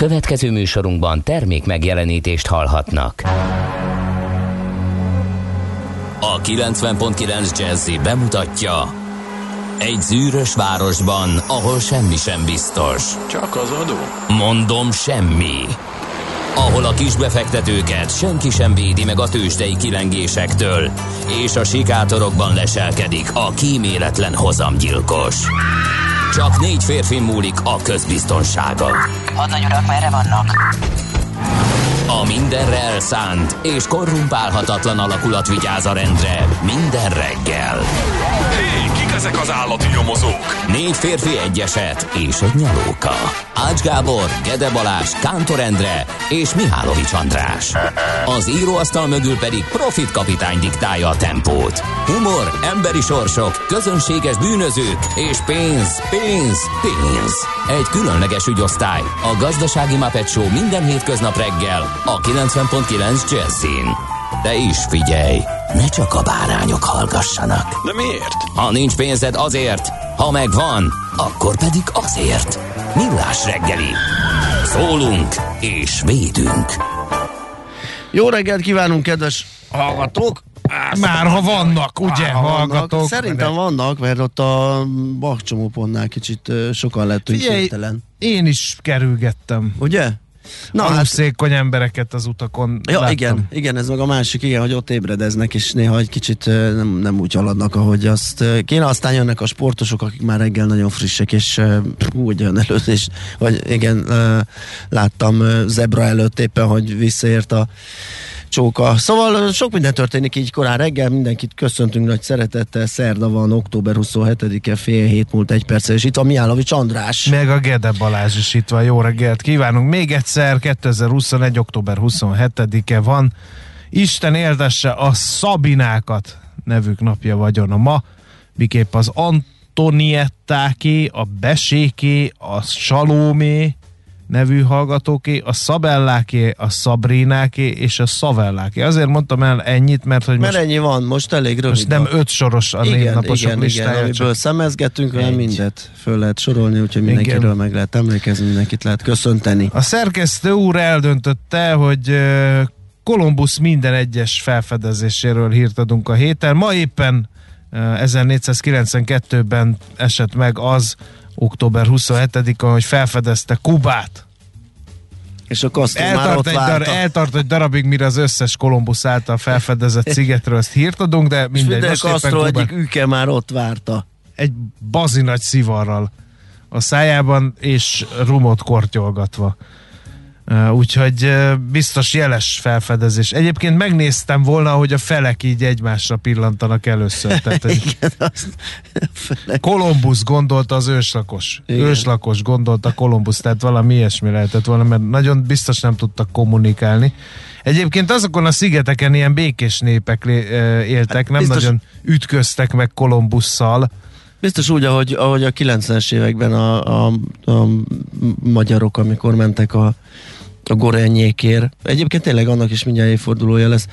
Következő műsorunkban termék megjelenítést hallhatnak. A 90.9 Jazzy bemutatja: egy zűrös városban, ahol semmi sem biztos. Csak az adó? Mondom, semmi. Ahol a kisbefektetőket senki sem védi meg a tőzsdei kilengésektől, és a sikátorokban leselkedik a kíméletlen hozamgyilkos. Csak 4 férfi múlik a közbiztonsága. Hadnagy urak, merre vannak? A mindenre elszánt és korrumpálhatatlan alakulat vigyáz a rendre minden reggel. Hé, kik ezek az állati nyomozók? 4 férfi, egy eset és egy nyalóka. Ács Gábor, Gede Balázs, Kántor Endre és Mihálovics András. Az íróasztal mögül pedig Profit kapitány diktálja a tempót. Humor, emberi sorsok, közönséges bűnözők és pénz, pénz, pénz. Egy különleges ügyosztály, a Gazdasági Muppet Show minden hétköznap reggel a 90.9 Jazzyn. De is figyelj, ne csak a bárányok hallgassanak. De miért? Ha nincs pénzed, azért, ha megvan, akkor pedig azért. Millás reggeli. Szólunk és védünk. Jó reggelt kívánunk, kedves hallgatók! Már ha vannak, ugye, hallgatók? Szerintem vannak, mert ott a bakcsomópontnál kicsit sokan lettünk hirtelen. Én is kerülgettem. Ugye? Na, aluszékony embereket az utakon ja, láttam. igen, ez meg a másik, igen, hogy ott ébredeznek, és néha egy kicsit nem úgy haladnak, ahogy azt kéne. Aztán jönnek a sportosok, akik már reggel nagyon frissek, és úgy jön előtt, és vagy igen, láttam zebra előtt éppen, hogy visszaért a csóka. Szóval sok minden történik így korán reggel, mindenkit köszöntünk nagy szeretettel, szerda van, október 27-e, fél hét múlt 1 perccel, és itt van Mihálovics András. Meg a Gede Balázs is itt van, jó reggelt kívánunk. Még egyszer, 2021. október 27-e van. Isten éltesse a Szabinákat nevük napja vagyon a ma, miképp az Antoniettáké, a Beséké, a Salómé nevű hallgatóké, a Szabelláké, a Szabrínáké és a Szavelláké. Azért mondtam el ennyit, mert hogy mert ennyi van, most elég rövid. Most nem 5 soros a névnaposok listája. Igen, amiből szemezgetünk, mert mindet föl lehet sorolni, úgyhogy mindenkiről meg lehet emlékezni, mindenkit lehet köszönteni. A szerkesztő úr eldöntötte, hogy Kolumbusz minden egyes felfedezéséről hírt adunk a héten. Ma éppen 1492-ben esett meg az, október 27-a, hogy felfedezte Kubát. És akkor azt már ott várta. Eltart egy darabig, mire az összes Kolumbusz által felfedezett szigetről ezt hírt adunk, de mindegy. Fidel Castro egyik üke már ott várta. Egy bazinagy szivarral a szájában, és rumot kortyolgatva. Úgyhogy biztos jeles felfedezés. Egyébként megnéztem volna, hogy a felek így egymásra pillantanak először. Tehát, Kolumbusz gondolta az őslakos. Igen. Őslakos gondolta Kolumbusz, tehát valami ilyesmi lehetett volna, mert nagyon biztos nem tudtak kommunikálni. Egyébként azokon a szigeteken ilyen békés népek éltek, nem biztos, nagyon ütköztek meg Kolumbusszal. Biztos úgy, ahogy a 90-es években a magyarok, amikor mentek a Gorenyékért. Egyébként tényleg annak is mindjárt évfordulója lesz.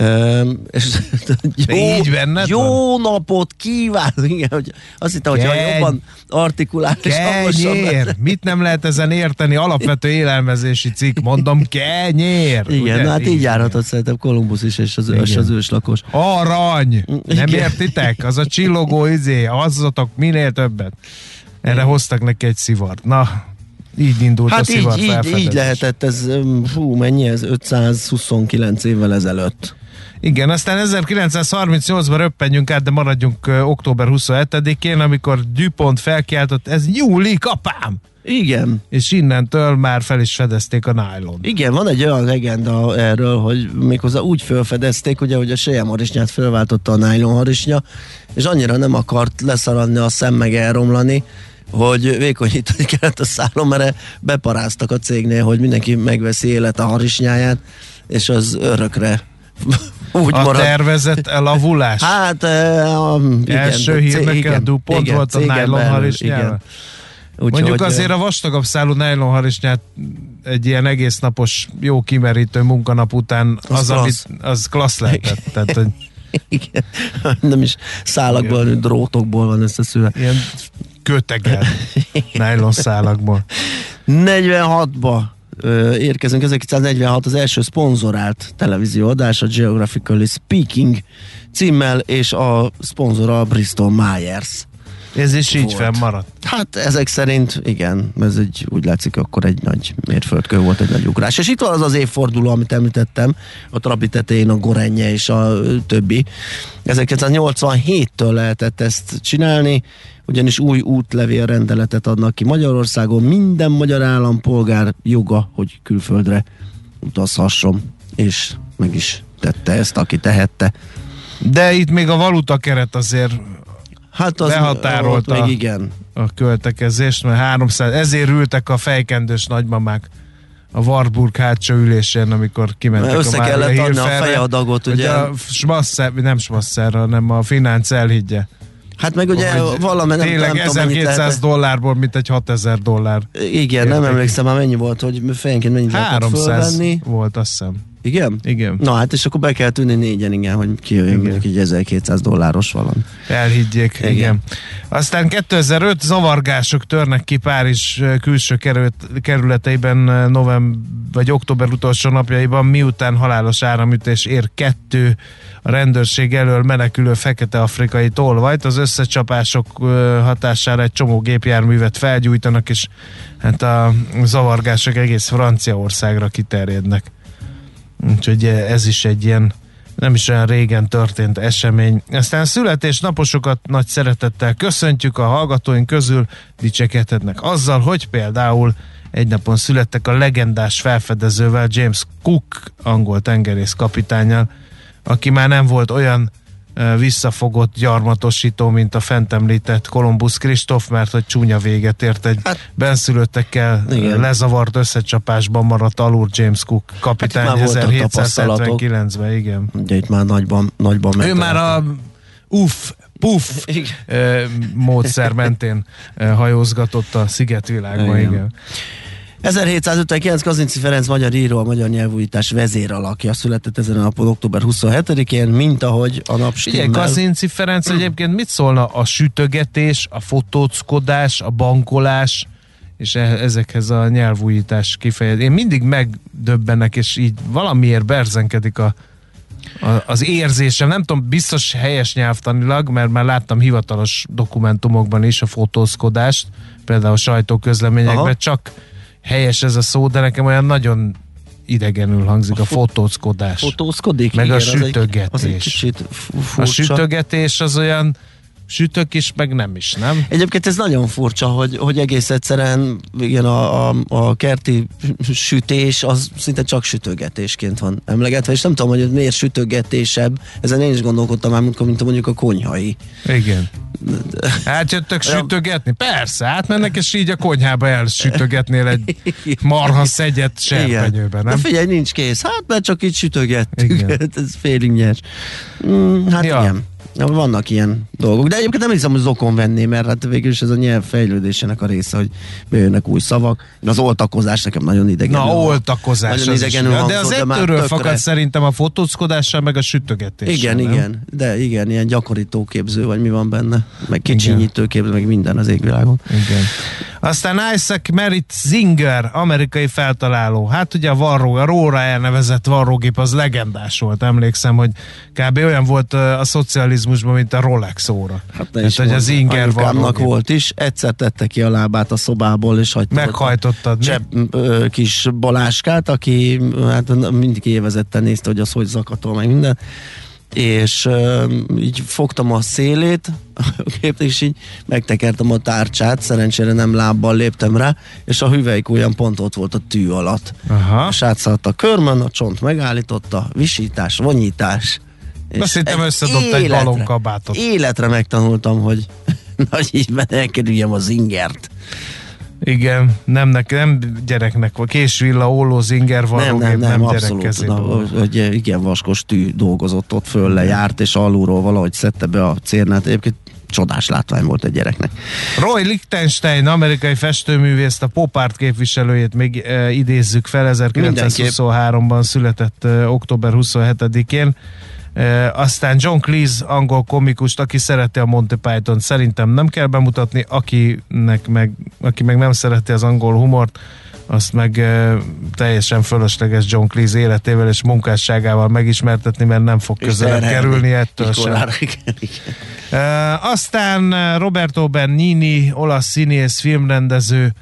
Jó napot kívánok! Igen, hogy azt hittem, hogy jobban artikulál és kenyér! Mit nem lehet ezen érteni? Alapvető élelmezési cikk, mondom, kenyér! Igen, ugye? Hát így járhatott szerintem Kolumbusz is, és az őslakos. Arany! Nem értitek? Az a csillogó azzatok minél többet. Erre hoztak neki egy szivart. Na, így indult a szivar felfedezés. Így lehetett ez, mennyi ez? 529 évvel ezelőtt. Igen, aztán 1938-ban röppenjünk át, de maradjunk október 27-én, amikor DuPont felkiáltott, ez nyúlik, apám! Igen. És innentől már fel is fedezték a nylon. Igen, van egy olyan legenda erről, hogy méghozzá úgy felfedezték, ugye, hogy a selyemharisnyát felváltotta a nylon harisnya, és annyira nem akart leszaradni a szem meg elromlani, hogy vékonyítani kellett a szálon, mert beparáztak a cégnél, hogy mindenki megveszi élet a harisnyáját, és az örökre úgy a marad. Tervezett elavulás? Hát, igen. Első hírnek a DuPont volt a nylon harisnyával. Mondjuk azért a vastagabb szálú nylon harisnyát egy ilyen egész napos, jó kimerítő munkanap után az klassz lehetett. Tehát, hogy igen. Nem is szálakból, drótokból van összeszülve. Ilyen köteget nylon szálakból. 46-ba érkezünk. 1946 az első szponzorált televízióadás, a Geographically Speaking címmel, és a szponzora a Bristol Myers. Ez is így volt. fennmaradt. Hát ezek szerint igen, ez úgy látszik, akkor egy nagy mérföldkő volt, egy nagy ugrás. És itt van az az évforduló, amit említettem, a Trabi tetején a Gorenje és a többi. 1987-től lehetett ezt csinálni, ugyanis új útlevél rendeletet adnak ki Magyarországon. Minden magyar állampolgár joga, hogy külföldre utazhasson, és meg is tette ezt, aki tehette. De itt még a valutakeret azért Hát az behatárolta még igen. a költekezést, mert 300, ezért ültek a fejkendős nagymamák a Warburg hátsó ülésén, amikor kimentek össze a kellett adni a hírfelre, fejadagot, hogy ugye? a Schmasser, nem Schmasser, hanem a Financ elhiggye. Hát meg ugye valami nem tényleg tudom, $1200 mint egy $6000. Igen, nem emlékszem már mennyi volt, hogy fejenként mennyit lehetett 300 fölvenni. volt, azt hiszem. Igen? Igen. Na hát, és akkor be kell tűnni 4-en, igen, hogy kijöjjön mondjuk egy $1200 valami. Elhiggyék, igen. Aztán 2005 zavargások törnek ki Párizs külső kerületeiben vagy október utolsó napjaiban, miután halálos áramütés ér 2 a rendőrség elől menekülő fekete-afrikai tolvajt. Az összecsapások hatására egy csomó gépjárművet felgyújtanak, és hát a zavargások egész Franciaországra kiterjednek. Úgyhogy ez is egy ilyen nem is olyan régen történt esemény. Aztán születésnaposokat nagy szeretettel köszöntjük, a hallgatóink közül dicsekedhetnek azzal, hogy például egy napon születtek a legendás felfedezővel, James Cook angol tengerész kapitánnyal, aki már nem volt olyan visszafogott gyarmatosító, mint a fent említett Kolumbusz Kristóf, mert hogy csúnya véget ért egy benszülöttekkel lezavart összecsapásban maradt alul James Cook kapitány 1779-ben, igen. Ugye itt már nagyban ő már a módszer mentén hajózgatott a szigetvilágban, igen. 1759 Kazinczy Ferenc magyar író, a magyar nyelvújítás vezéralakja született ezen a napon, október 27-én, mint ahogy a nap stimmel. Igen, Kazinczy Ferenc egyébként mit szólna a sütögetés, a fotóckodás, a bankolás, és ezekhez a nyelvújítás kifejezés. Én mindig megdöbbenek, és így valamiért berzenkedik az érzésem. Nem tudom, biztos helyes nyelvtanilag, mert már láttam hivatalos dokumentumokban is a fotózkodást, például a sajtóközleményekben, csak helyes ez a szó, de nekem olyan nagyon idegenül hangzik a fotózkodás. Fotózkodik? Meg igen, a sütögetés. Az egy kicsit furcsa. A sütögetés az olyan sütök is, meg nem is, nem? Egyébként ez nagyon furcsa, hogy egész egyszerűen igen, a kerti sütés az szinte csak sütögetésként van emlegetve, és nem tudom, hogy miért sütögetésebb, ezen én is gondolkodtam már, mint mondjuk a konyhai. Igen. Átjöttök sütögetni? Persze, átmennek, és így a konyhába elsütögetnél egy marha szegyet serpenyőben, nem? De figyelj, nincs kész. Hát mert csak így sütögettük. Ez félig nyers. Hát igen. Vannak ilyen dolgok, de egyébként nem hiszem, hogy zokon venné, mert hát végül is ez a nyelv fejlődésének a része, hogy bejönnek új szavak. Az oltakozás nekem nagyon idegenül. Na, oltakozás. Nagyon idegenül hangzott, de az ettől fakad szerintem a fotózkodással, meg a sütögetéssel. Igen, de igen, ilyen gyakorítóképző, vagy mi van benne, meg kicsinyítőképző, meg minden az égvilágon. Igen. Aztán Isaac Merritt Singer, amerikai feltaláló. Hát ugye a Róra elnevezett varrógép az legendás volt. Emlékszem, hogy kb. Olyan volt a szocializmusban, mint a Rolex óra. Hát hogy az Singer varrógép volt is. Egyszer tette ki a lábát a szobából, és hagyta. Meghajtottad. Kis Baláskát, aki hát mindig évezetten nézte, hogy az hogy zakatol, meg minden. És így fogtam a szélét, és így megtekertem a tárcsát, szerencsére nem lábbal léptem rá, és a hüvelykujjam pont ott volt a tű alatt. Aha. És átszaladt a körmön, a csont megállította, visítás, vonyítás. Azt hittem összedobt egy balonkabátot. Életre megtanultam, hogy nagy ízben elkerüljem az ingert. Igen, nem gyereknek, késvilla, óló, zinger varrógép, nem gyerek kezében. Hogy igen, vaskos tű dolgozott ott, föl lejárt, és alulról valahogy szedte be a cérnát. Egyébként csodás látvány volt egy gyereknek. Roy Lichtenstein, amerikai festőművészt, a pop art képviselőjét még idézzük fel, 1923-ban született október 27-én. Aztán John Cleese, angol komikust, aki szereti a Monty Python, szerintem nem kell bemutatni, aki meg nem szereti az angol humort, azt meg teljesen fölösleges John Cleese életével és munkásságával megismertetni, mert nem fog közelebb kerülni ettől sem. Aztán Roberto Benigni, olasz színész, filmrendező,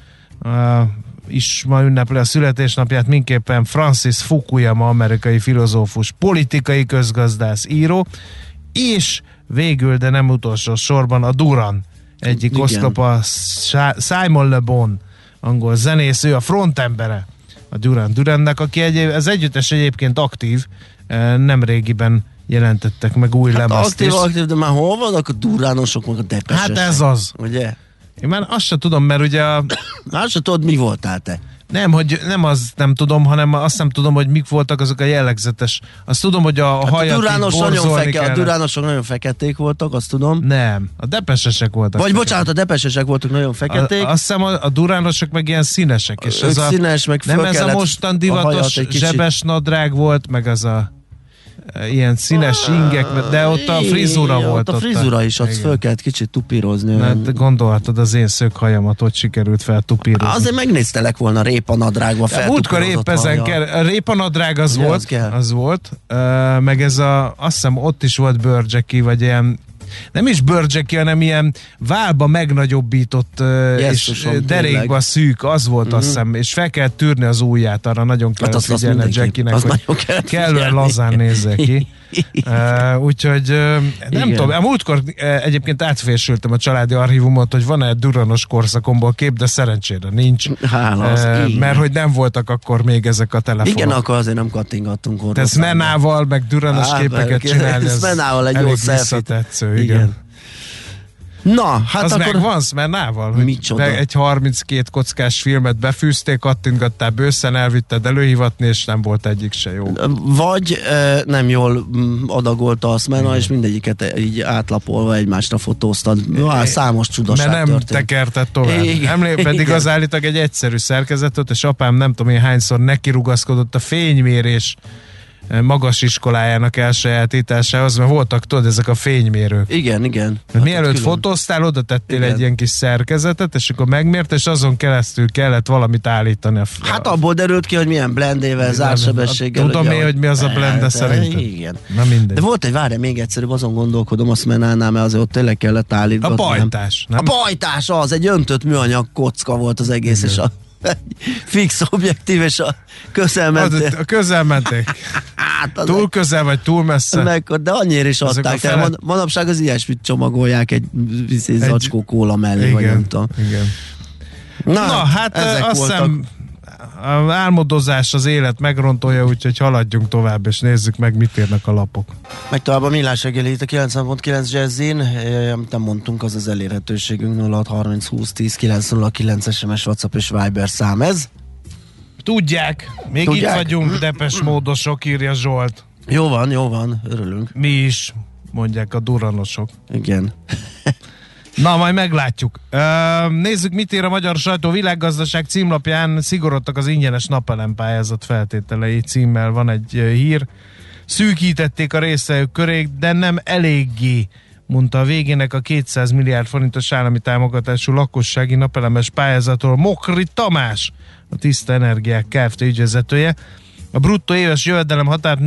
is ma ünnepli a születésnapját, mindképpen Francis Fukuyama, amerikai filozófus, politikai közgazdász, író, és végül, de nem utolsó sorban a Duran egyik oszlopa, Simon Le Bon, angol zenész, ő a frontembere a Durannek, aki az együttes egyébként aktív, nem régiben jelentettek meg új lemezt is. Aktív, de már hol vannak a duránosok, meg a depesesek? Hát ez az. Ugye? Én már azt sem tudom, mert ugye azt sem tudod, mi voltál te? Nem tudom, hanem azt nem tudom, hogy mik voltak azok a jellegzetes. Azt tudom, hogy a hajat borzolni kell. A duránosok nagyon feketék voltak, azt tudom. Nem, a depesesek voltak. Vagy bocsánat, a depesesek voltak nagyon feketék. Azt hiszem a duránosok meg ilyen színesek. És ők színes, meg nem ez a mostan divatos zsebes nadrág volt, meg az a ilyen színes ingek, de ott a frizura volt. Ott a frizura is, ott föl kellett kicsit tupírozni. Mert gondolhatod az én szöghajamat, hogy sikerült feltupírozni. Azért megnéztelek volna répanadrágba feltupírozott. Múltkor épp ezen a répanadrág az volt, meg ez azt hiszem ott is volt bőrcseki, vagy ilyen nem is bőrcseki, hanem ilyen válba megnagyobbított és derékba szűk, az volt azt hiszem, és fel kell tűrni az ujját, arra nagyon kell figyelni a Jackie-nek, hogy kellően lazán nézze ki. Úgyhogy nem tudom, a múltkor egyébként átfésültem a családi archívumot, hogy van-e duranos korszakomból kép, de szerencsére nincs. Mert hogy nem voltak akkor még ezek a telefonok. Igen, akkor azért nem kattingattunk orra. Te Smenával, meg duranos képeket csinálni, ez elég visszatetsző. Igen. Na, hát az akkor... meg van Smernával, hogy egy 32 kockás filmet befűzték, kattintgattál bőszen, elvitted előhivatni, és nem volt egyik se jó. Vagy nem jól adagolta a Smerna, és mindegyiket így átlapolva egymásra fotóztad. Számos csudaság történt. Mert nem tekerted tovább. Pedig az állítólag egy egyszerű szerkezetet, és apám nem tudom én hányszor nekirugaszkodott a fénymérés magas iskolájának elsajátításához, mert voltak, tudod, ezek a fénymérők. Igen. Hát mielőtt fotóztál, oda tettél egy ilyen kis szerkezetet, és akkor megmért, és azon keresztül kellett valamit állítani. Hát abból derült ki, hogy milyen blendével, zársebességgel. Tudom én, hogy mi az a blende szerintem. Igen. Na mindegy. De volt még egyszerűbb, azon gondolkodom, azt menálnál, mert azért ott tényleg kellett állítgatni. A bajtás. Nem? A bajtás az, egy öntött műanyag kocka volt az egész, és a fix objektív, és a közel menték. A közel menték. Hát túl közel, vagy túl messze. De annyira is adták el. Manapság az ilyesmit csomagolják egy zacskó kóla mellé, vagy nem tudom. Igen. Na hát azt hiszem a álmodozás az élet megrontolja, úgyhogy haladjunk tovább, és nézzük meg, mit írnak a lapok. Meg tovább a Millás reggeli itt a 90.9 Jazzin, amit nem mondtunk, az az elérhetőségünk 0630 20 10 909 SMS, WhatsApp és Viber szám ez. Tudják, itt vagyunk, Depes módosok, írja Zsolt. Jó van, örülünk. Mi is, mondják a duranosok. Igen. Na, majd meglátjuk. Nézzük, mit ír a magyar sajtó. Világgazdaság címlapján szigorodtak az ingyenes napelempályázat feltételei címmel van egy hír. Szűkítették a résztvevők körét, de nem eléggé, mondta a végének a 200 milliárd forintos állami támogatású lakossági napelemes pályázatról Mokri Tamás, a Tiszta Energiák Kft. Ügyvezetője. A bruttó éves jövedelem határt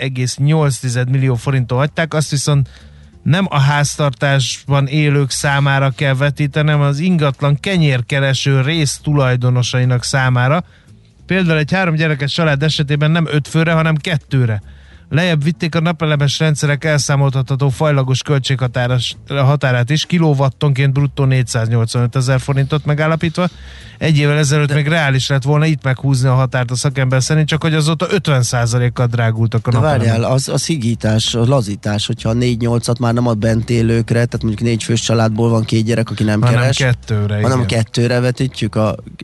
4,8 millió forinttól hagyták, azt viszont nem a háztartásban élők számára kell vetíteni, hanem az ingatlan kenyérkereső rész tulajdonosainak számára. Például egy 3 gyerekes család esetében nem 5 főre, hanem 2-re. Lejjebb vitték a napelemes rendszerek elszámoltatható fajlagos költséghatárát is, kilowattonként bruttó 485 000 forintot megállapítva. Egy évvel ezelőtt még reális lett volna itt meghúzni a határt a szakember szerint, csak hogy azóta 50%-kal drágultak a napelemek. De várjál, az higítás, az lazítás, hogyha 4-8-at már nem ad bent élőkre, tehát mondjuk 4 fős családból van 2 gyerek, aki nem keres. Hanem 2-re vetítjük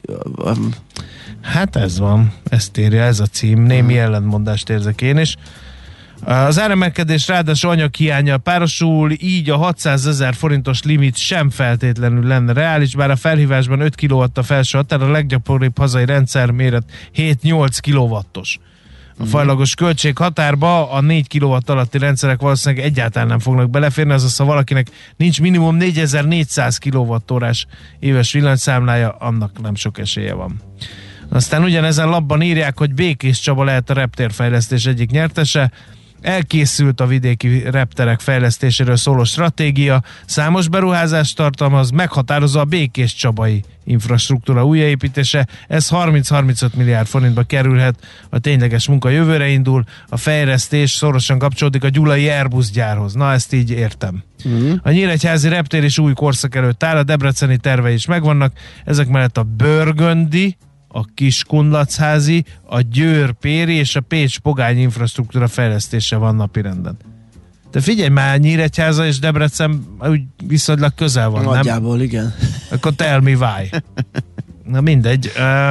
Hát ez van, ezt írja ez a cím, némi ellentmondást érzek én is. Az áremelkedés ráadásul anyaghiánnyal párosul, így a 600 000 forintos limit sem feltétlenül lenne reális, bár a felhívásban 5 kW a felső határ, a leggyakoribb hazai rendszerméret 7-8 kW-os. a fajlagos költséghatárba, a 4 kW alatti rendszerek valószínűleg egyáltalán nem fognak beleférni, azaz ha valakinek nincs minimum 4400 kWh éves villanyszámlája, annak nem sok esélye van. Aztán ugyanezen labban írják, hogy Békés Csaba lehet a reptérfejlesztés egyik nyertese. Elkészült a vidéki repterek fejlesztéséről szóló stratégia, számos beruházást tartalmaz, meghatározza a Békés Csabai infrastruktúra újjáépítése, ez 30-35 milliárd forintba kerülhet, a tényleges munka jövőre indul, a fejlesztés szorosan kapcsolódik a gyulai Airbus gyárhoz. Na, ezt így értem. A Nyíregyházi reptér is új korszak előtt áll, a debreceni tervei is megvannak, ezek mellett a Börgöndi, a Kiskunlachházi, a Győr-Péri és a Pécs-Pogány infrastruktúra fejlesztése van napirenden. De figyelj már, Nyíregyháza és Debrecen úgy viszonylag közel van, nagyjából, nem? Igen. Akkor tell me why. Na mindegy.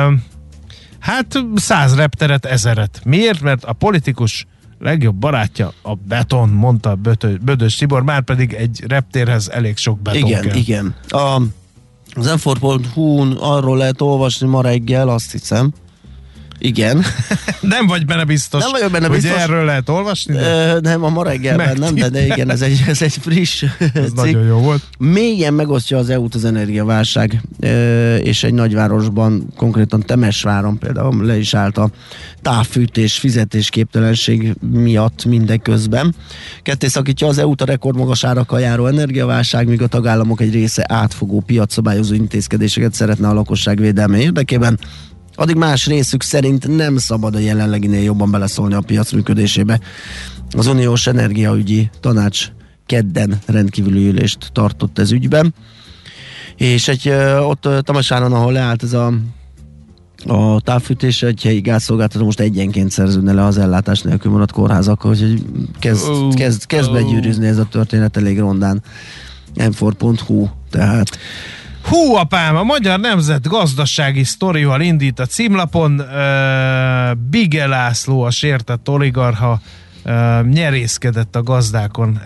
Hát 100 repteret, 1000-et. Miért? Mert a politikus legjobb barátja a beton, mondta Bödös Tibor, már pedig egy reptérhez elég sok beton igen, kell. Igen. Az m4.hu-n arról lehet olvasni ma reggel, azt hiszem. Igen. Nem vagy benne biztos, nem vagyok benne biztos, hogy erről lehet olvasni? Nem, a ma reggelben nem, de igen, ez egy friss ez cikk. Nagyon jó volt. Mélyen megosztja az EU-t az energiaválság, és egy nagyvárosban, konkrétan Temesváron például le is állt a távfűtés, fizetésképtelenség miatt mindeközben. Ketté szakítja az EU-t a rekordmagas árakkal járó energiaválság, míg a tagállamok egy része átfogó piacszabályozó intézkedéseket szeretne a lakosság védelme érdekében. Addig más részük szerint nem szabad a jelenleginél jobban beleszólni a piac működésébe. Az Uniós Energiaügyi Tanács kedden rendkívüli ülést tartott ez ügyben, és ott Temesváron, ahol leállt ez a távfűtés, egy helyi gázszolgáltató most egyenként szerződne le az ellátás nélkül maradt kórházakkal, úgyhogy kezd begyűrűzni ez a történet elég rondán. m4.hu tehát. Hú, apám, a Magyar Nemzet gazdasági sztorival indít a címlapon. Bige László, a sértett oligarcha, nyerészkedett a gazdákon,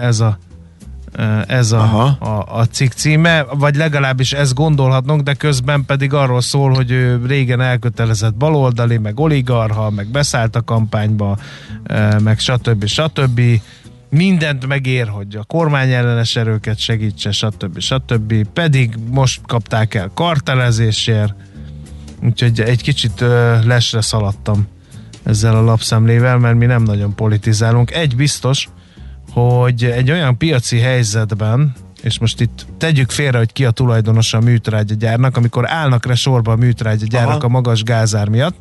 ez a cikk címe, vagy legalábbis ezt gondolhatnunk, de közben pedig arról szól, hogy ő régen elkötelezett baloldali, meg oligarcha, meg beszállt a kampányba, meg stb. Mindent megér, hogy a kormányellenes erőket segítse, stb. Pedig most kapták el kartelezésért, úgyhogy egy kicsit lesre szaladtam ezzel a lapszemlével, mert mi nem nagyon politizálunk. Egy biztos, hogy egy olyan piaci helyzetben, és most itt tegyük félre, hogy ki a tulajdonosa a műtrágyagyárnak, amikor állnak le sorba a műtrágyagyárak a magas gázár miatt,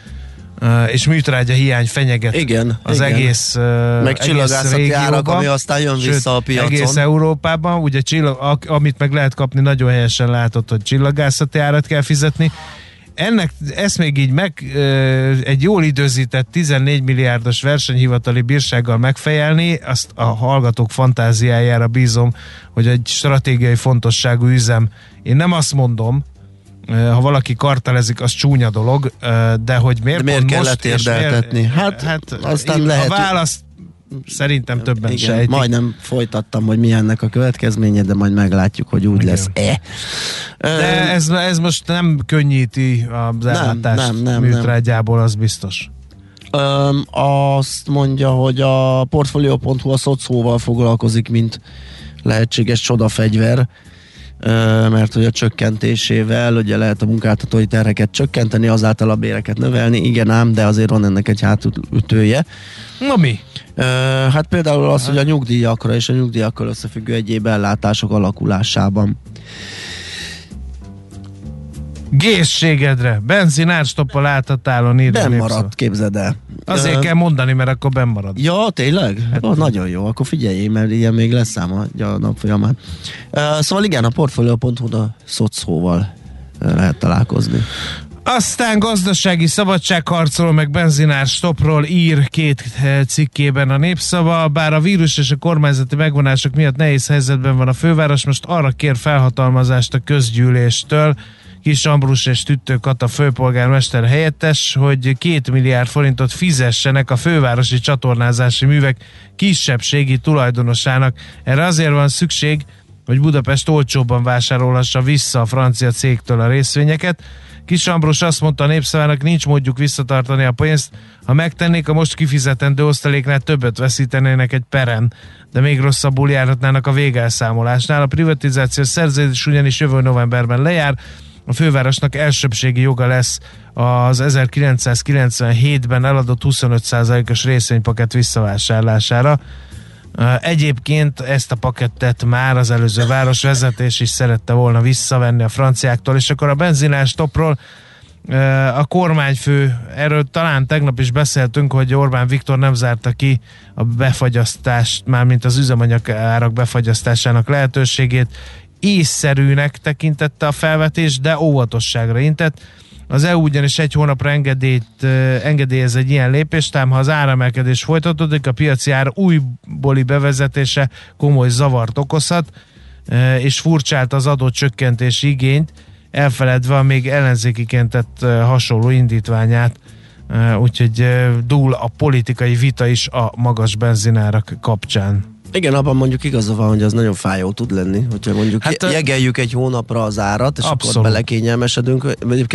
és műtrágya hiány fenyeget az egész meg csillagászati árak, ami aztán jön vissza a piacon. Egész Európában, ugye amit meg lehet kapni, nagyon helyesen látod, hogy csillagászati árat kell fizetni. Ezt még így egy jól időzített 14 milliárdos versenyhivatali bírsággal megfejelni, azt a hallgatók fantáziájára bízom, hogy egy stratégiai fontosságú üzem. Én nem azt mondom, ha valaki kartelezik, az csúnya dolog, de hogy miért kellett érdeltetni? Hát aztán lehet. A választ szerintem többen igen, sejtik. Majdnem folytattam, hogy mi ennek a következménye, de majd meglátjuk, hogy úgy lesz. De ez most nem könnyíti az ellátást műtrágyából, az biztos. Azt mondja, hogy a Portfolio.hu a szocóval foglalkozik, mint lehetséges csodafegyver, mert hogy a csökkentésével ugye lehet a munkáltatói terheket csökkenteni, azáltal a béreket növelni, igen ám, de azért van ennek egy hátütője. Na mi? Hát például az, hogy a nyugdíjakra és a nyugdíjakkal összefüggő egyéb ellátások alakulásában. Gészségedre, benzinárstoppal áthatálon írni. Bennmaradt, képzeld el. Azért kell mondani, mert akkor bennmarad. Ja, tényleg? Hát, nagyon jó, akkor figyeljél, mert ilyen még lesz ám a nap folyamán. Szóval igen, a Portfolio.hu a szocóval lehet találkozni. Aztán gazdasági szabadságharcról, meg benzinárstoppról ír két cikkében a Népszava. Bár a vírus és a kormányzati megvonások miatt nehéz helyzetben van a főváros, most arra kér felhatalmazást a közgyűléstől, Kis Ambrus és Tüttő Kata főpolgármester helyettes, hogy 2 milliárd forintot fizessenek a fővárosi csatornázási művek kisebbségi tulajdonosának. Erre azért van szükség, hogy Budapest olcsóbban vásárolhassa vissza a francia cégtől a részvényeket. Kis Ambrus azt mondta a Népszavának, nincs módjuk visszatartani a pénzt, ha megtennék, a most kifizetendő osztaléknál többet veszítenének egy peren, de még rosszabbul járhatnának a végelszámolásnál. A privatizációs szerződés ugyanis jövő novemberben lejár, a fővárosnak elsőbbségi joga lesz az 1997-ben eladott 25%-os részvénypakett visszavásárlására. Egyébként ezt a pakettet már az előző városvezetés is szerette volna visszavenni a franciáktól, és akkor a benzinás stopról a kormányfő, erről talán tegnap is beszéltünk, hogy Orbán Viktor nem zárta ki a befagyasztást, mármint az üzemanyag árak befagyasztásának lehetőségét, észszerűnek tekintette a felvetés, de óvatosságra intett. Az EU ugyanis egy hónapra engedélyez egy ilyen lépést, ám ha az áremelkedés folytatódik, a piaci ár újbóli bevezetése komoly zavart okozhat, és furcsált az adócsökkentési igényt, elfeledve a még ellenzékiként tett hasonló indítványát, úgyhogy dúl a politikai vita is a magas benzinárak kapcsán. Igen, abban mondjuk igaza van, hogy az nagyon fájó tud lenni, hogyha mondjuk jegeljük egy hónapra az árat, és abszolút. Akkor belekényelmesedünk.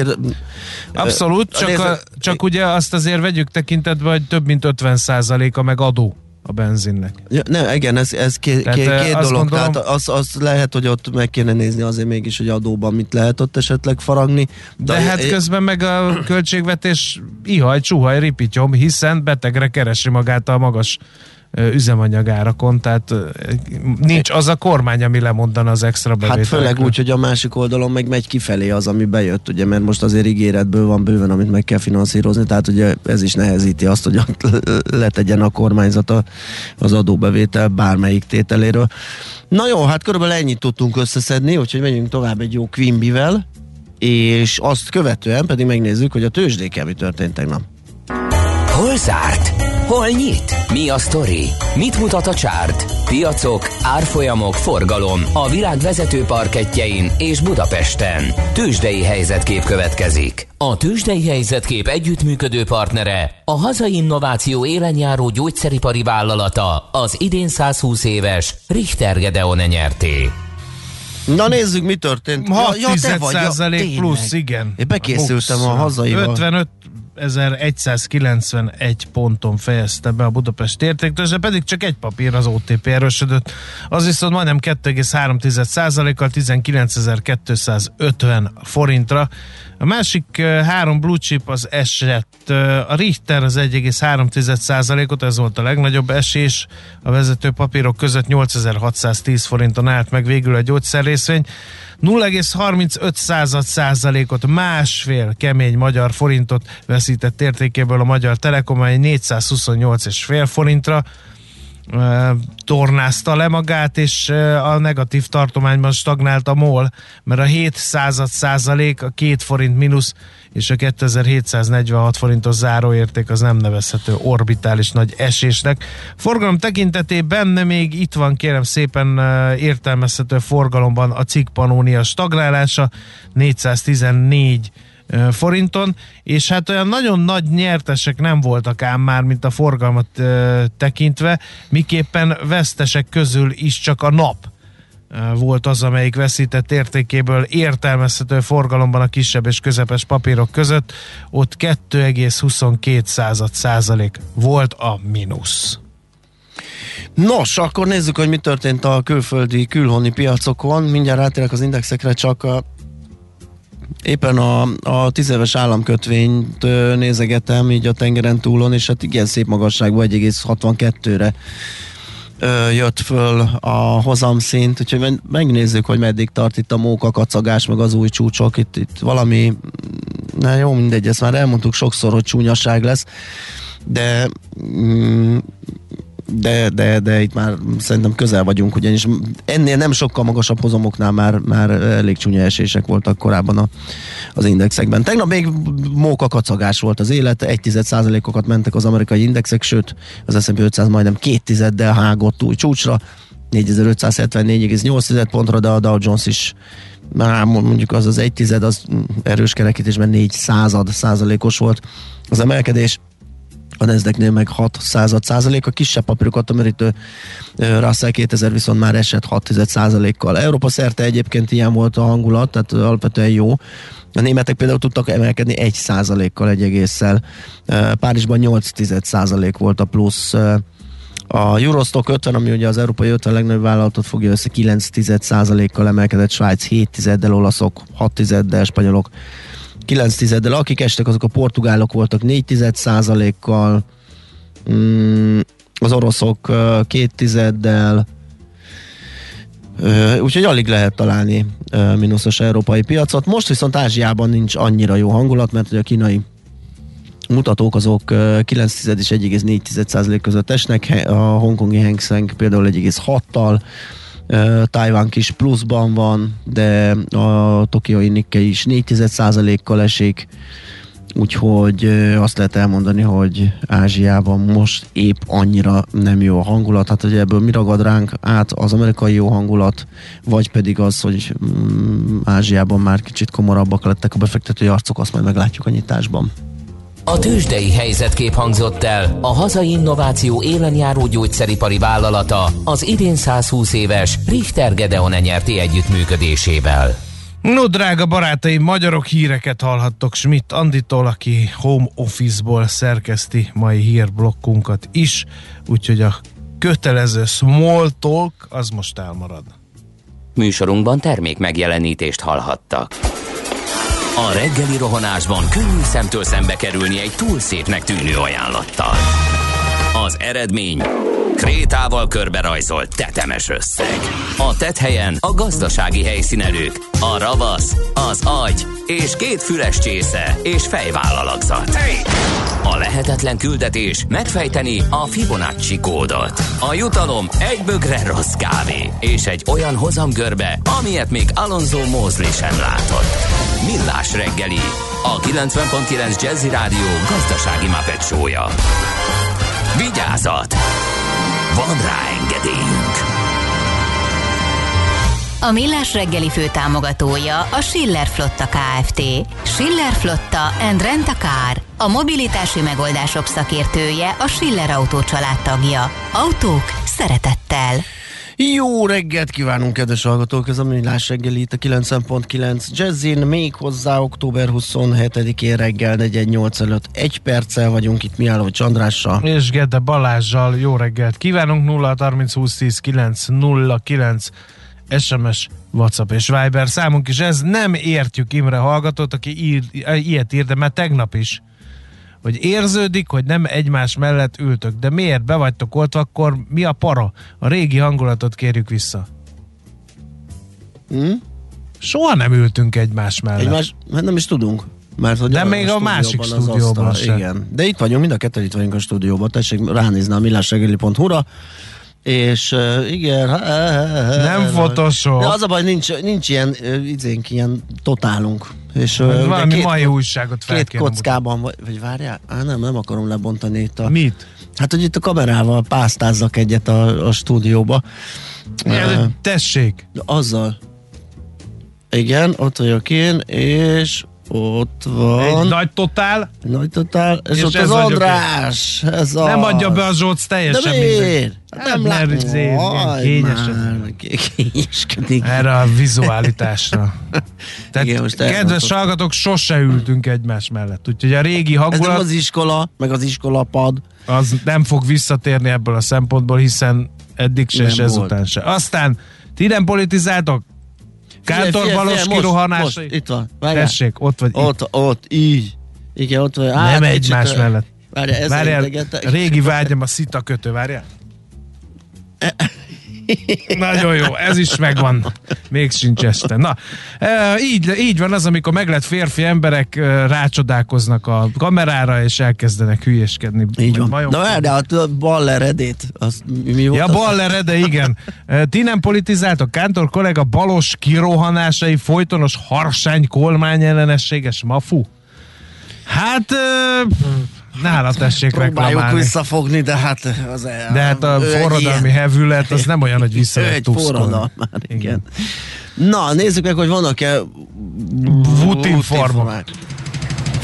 Abszolút, csak ugye azt azért vegyük tekintetbe, hogy több mint 50%-a meg adó a benzinnek. Ja, nem, igen, ez két dolog. Gondolom, tehát az lehet, hogy ott meg kéne nézni azért mégis, hogy adóban mit lehet ott esetleg faragni. De hát közben meg a költségvetés ihaj, csuhaj, ripityom, hiszen betegre keresi magát a magas üzemanyagárakon, tehát nincs az a kormány, ami lemondana az extra bevételekről. Hát főleg úgy, hogy a másik oldalon meg megy kifelé az, ami bejött, ugye, mert most azért ígéretből van bőven, amit meg kell finanszírozni, tehát ugye ez is nehezíti azt, hogy letegyen a kormányzata az adóbevétel bármelyik tételéről. Na jó, hát körülbelül ennyit tudtunk összeszedni, úgyhogy menjünk tovább egy jó Quimby-vel, és azt követően pedig megnézzük, hogy a tőzsdéken mi történt tegnap. Hol zárt? Hol nyit? Mi a sztori? Mit mutat a csárt? Piacok, árfolyamok, forgalom a világ vezető parkettjein és Budapesten. Tőzsdei helyzetkép következik. A Tőzsdei helyzetkép együttműködő partnere a hazai innováció élenjáró gyógyszeripari vállalata, az idén 120 éves Richter Gedeon nyerté. Na nézzük, mi történt. 6% plusz, igen. Én bekészültem a hazaival. 55.191 ponton fejezte be a Budapest értéktőzsde, pedig csak egy papír, az OTP erősödött. Az viszont majdnem 2,3%-kal 19.250 forintra. A másik három blue chip az esett. A Richter az 1,3%-ot, ez volt a legnagyobb esés. A vezető papírok között 8.610 forinton állt meg végül a gyógyszerrészvény. 0,35%-ot, másfél kemény magyar forintot veszített értékéből a Magyar Telekom, amely 428,5 forintra tornázta le magát, és a negatív tartományban stagnált a MOL, mert a 0,07%, a 2 forint mínusz és a 2746 forintos záróérték az nem nevezhető orbitális nagy esésnek. Forgalom tekintetében még itt van, kérem szépen, értelmezhető forgalomban a cikk Pannonia stagnálása 414 forinton, és hát olyan nagyon nagy nyertesek nem voltak ám már, mint a forgalmat tekintve, miképpen vesztesek közül is csak a nap volt az, amelyik veszített értékéből értelmezhető forgalomban a kisebb és közepes papírok között, ott 2,22% volt a mínusz. Nos, akkor nézzük, hogy mi történt a külföldi, külhoni piacokon. Mindjárt rátérek az indexekre, csak éppen a 10 éves államkötvényt nézegetem így a tengeren túlon, és hát igen szép magasságban 1,62-re jött föl a hozamszint, úgyhogy megnézzük, hogy meddig tart itt a mókakacagás, meg az új csúcsok, itt valami, na jó, mindegy, ezt már elmondtuk sokszor, hogy csúnyaság lesz, de itt már szerintem közel vagyunk, ugyanis ennél nem sokkal magasabb hozamoknál már elég csúnya esések voltak korábban az indexekben. Tegnap még mókakacagás volt az élet, 1,1%-okat mentek az amerikai indexek, sőt az S&P 500 majdnem 2,1-del hágott új csúcsra, 4574,8 pontra, de a Dow Jones is mondjuk az 1,1, az erős kerekítésben 0,04% volt az emelkedés. a Nasdaqnél meg 0,06%, a kisebb papírokat merítő Russell 2000 viszont már esett 0,6%-kal. Európa szerte egyébként ilyen volt a hangulat, tehát alapvetően jó. A németek például tudtak emelkedni 1%-kal, 1,1-szel. Párizsban 0,8% volt a plusz. A Eurostock 50, ami ugye az európai 50 legnagyobb vállalatot fogja össze, 9,1%-kal emelkedett, Svájc 7,1-del, olaszok 6,1-del, spanyolok 9,1-del. Akik estek, azok a portugálok voltak 4,1%-kal, az oroszok 2,1-del, úgyhogy alig lehet találni mínuszos európai piacot. Most viszont Ázsiában nincs annyira jó hangulat, mert ugye a kínai mutatók azok 9,1 és 1,4% között esnek, a hongkongi Hang Seng például 1,6-tal, Tajván kis pluszban van, de a tokiói Nikkei is 4,1%-kal esik, úgyhogy azt lehet elmondani, hogy Ázsiában most épp annyira nem jó a hangulat. Hát ugye ebből mi ragad ránk át, az amerikai jó hangulat, vagy pedig az, hogy Ázsiában már kicsit komorabbak lettek a befektetői arcok, azt majd meglátjuk a nyitásban. A tőzsdei helyzetkép hangzott el a hazai innováció élenjáró gyógyszeripari vállalata az idén 120 éves Richter Gedeon nyerti együttműködésével. No, drága barátaim, magyarok, híreket hallhattok Schmidt Anditól, aki home office-ból szerkeszti mai hírblokkunkat is, úgyhogy a kötelező small talk az most elmarad. Műsorunkban termék megjelenítést hallhattak. A reggeli rohanásban könnyű szemtől szembe kerülni egy túl szépnek tűnő ajánlattal. Az eredmény krétával körberajzolt tetemes összeg. A tetthelyen a gazdasági helyszínelők, a ravasz, az agy és 2 füles csésze és fejvállalakzat. A lehetetlen küldetés megfejteni a Fibonacci kódot. A jutalom egy bögre rossz kávé és egy olyan hozamgörbe, amilyet még Alonso Mosley sem látott. Millás reggeli, a 90.9 Jazzy Rádió gazdasági Muppet show-ja. Vigyázat! Van rá engedélyünk! A Millás reggeli főtámogatója a Schiller Flotta Kft. Schiller Flotta and Rent a Car. A mobilitási megoldások szakértője, a Schiller Autó családtagja. Autók szeretettel. Jó reggelt kívánunk, kedves hallgatók! Ez a Millás reggeli itt a 90.9 Jazzin, még hozzá október 27-én reggel 4:08 előtt 1 perccel vagyunk itt Mihálovics Andrással. És Gede Balázsjal jó reggelt kívánunk. 0 30 20 10 9 0 9 SMS, WhatsApp és Viber számunk is. Ez nem értjük Imre hallgatót, aki ilyet ír, de már tegnap is, hogy érződik, hogy nem egymás mellett ültök. De miért be vagytok oltva, akkor mi a para? A régi hangulatot kérjük vissza. Soha nem ültünk egymás mellett. Hát nem is tudunk. Mert hogy de még a másik stúdióban sem. Igen. De itt vagyunk, mind a ketten itt vagyunk a stúdióban. Tessék ránézni a millásreggeli.hu-ra. És igen, nem Photoshop. De az a baj, nincs ilyen izénk, ilyen totálunk. És valami mai újságot fel két kockában, vagy várjál? Nem akarom lebontani itt a... Mit? Hát, hogy itt a kamerával pásztázzak egyet a stúdióba. Tessék! Azzal. Igen, ott vagyok én, és ott van... Egy nagy totál. És ott az András. Nem adja be a Zsolc teljesen. De miért? Nem látom. Kényeskedik. Erre a vizualitásra. Tehát, igen, kedves hallgatók, sose ültünk egymás mellett. Úgyhogy a régi hangulat... Ez nem az iskola, meg az iskolapad. Az nem fog visszatérni ebből a szempontból, hiszen eddig se, és ezután se. Aztán, ti nem politizáltok? Kántor Balozs kirohanásai. Itt van. Várjál. Tessék, ott vagy. Ott, így. Igen, ott vagy. Nem egymás mellett. Várjál, régi vágyam a szitakötő, várjál. Nagyon jó, ez is megvan. Még sincs este. Na, így van az, amikor meglett férfi emberek rácsodálkoznak a kamerára, és elkezdenek hülyéskedni. Így van. Na, de a Baller Edét, az mi volt? Ja, Baller Ede, igen. Ti nem politizáltok? Kántor kollega Balozs kirohanásai, folytonos harsány kolmány ellenességes mafu? Hát... nála tessék reklamálni. Próbáljuk visszafogni, de hát de hát a forradalmi hevület az nem olyan, hogy vissza lehet tuszkolni. Már, igen. Na, nézzük meg, hogy vannak-e útinformák.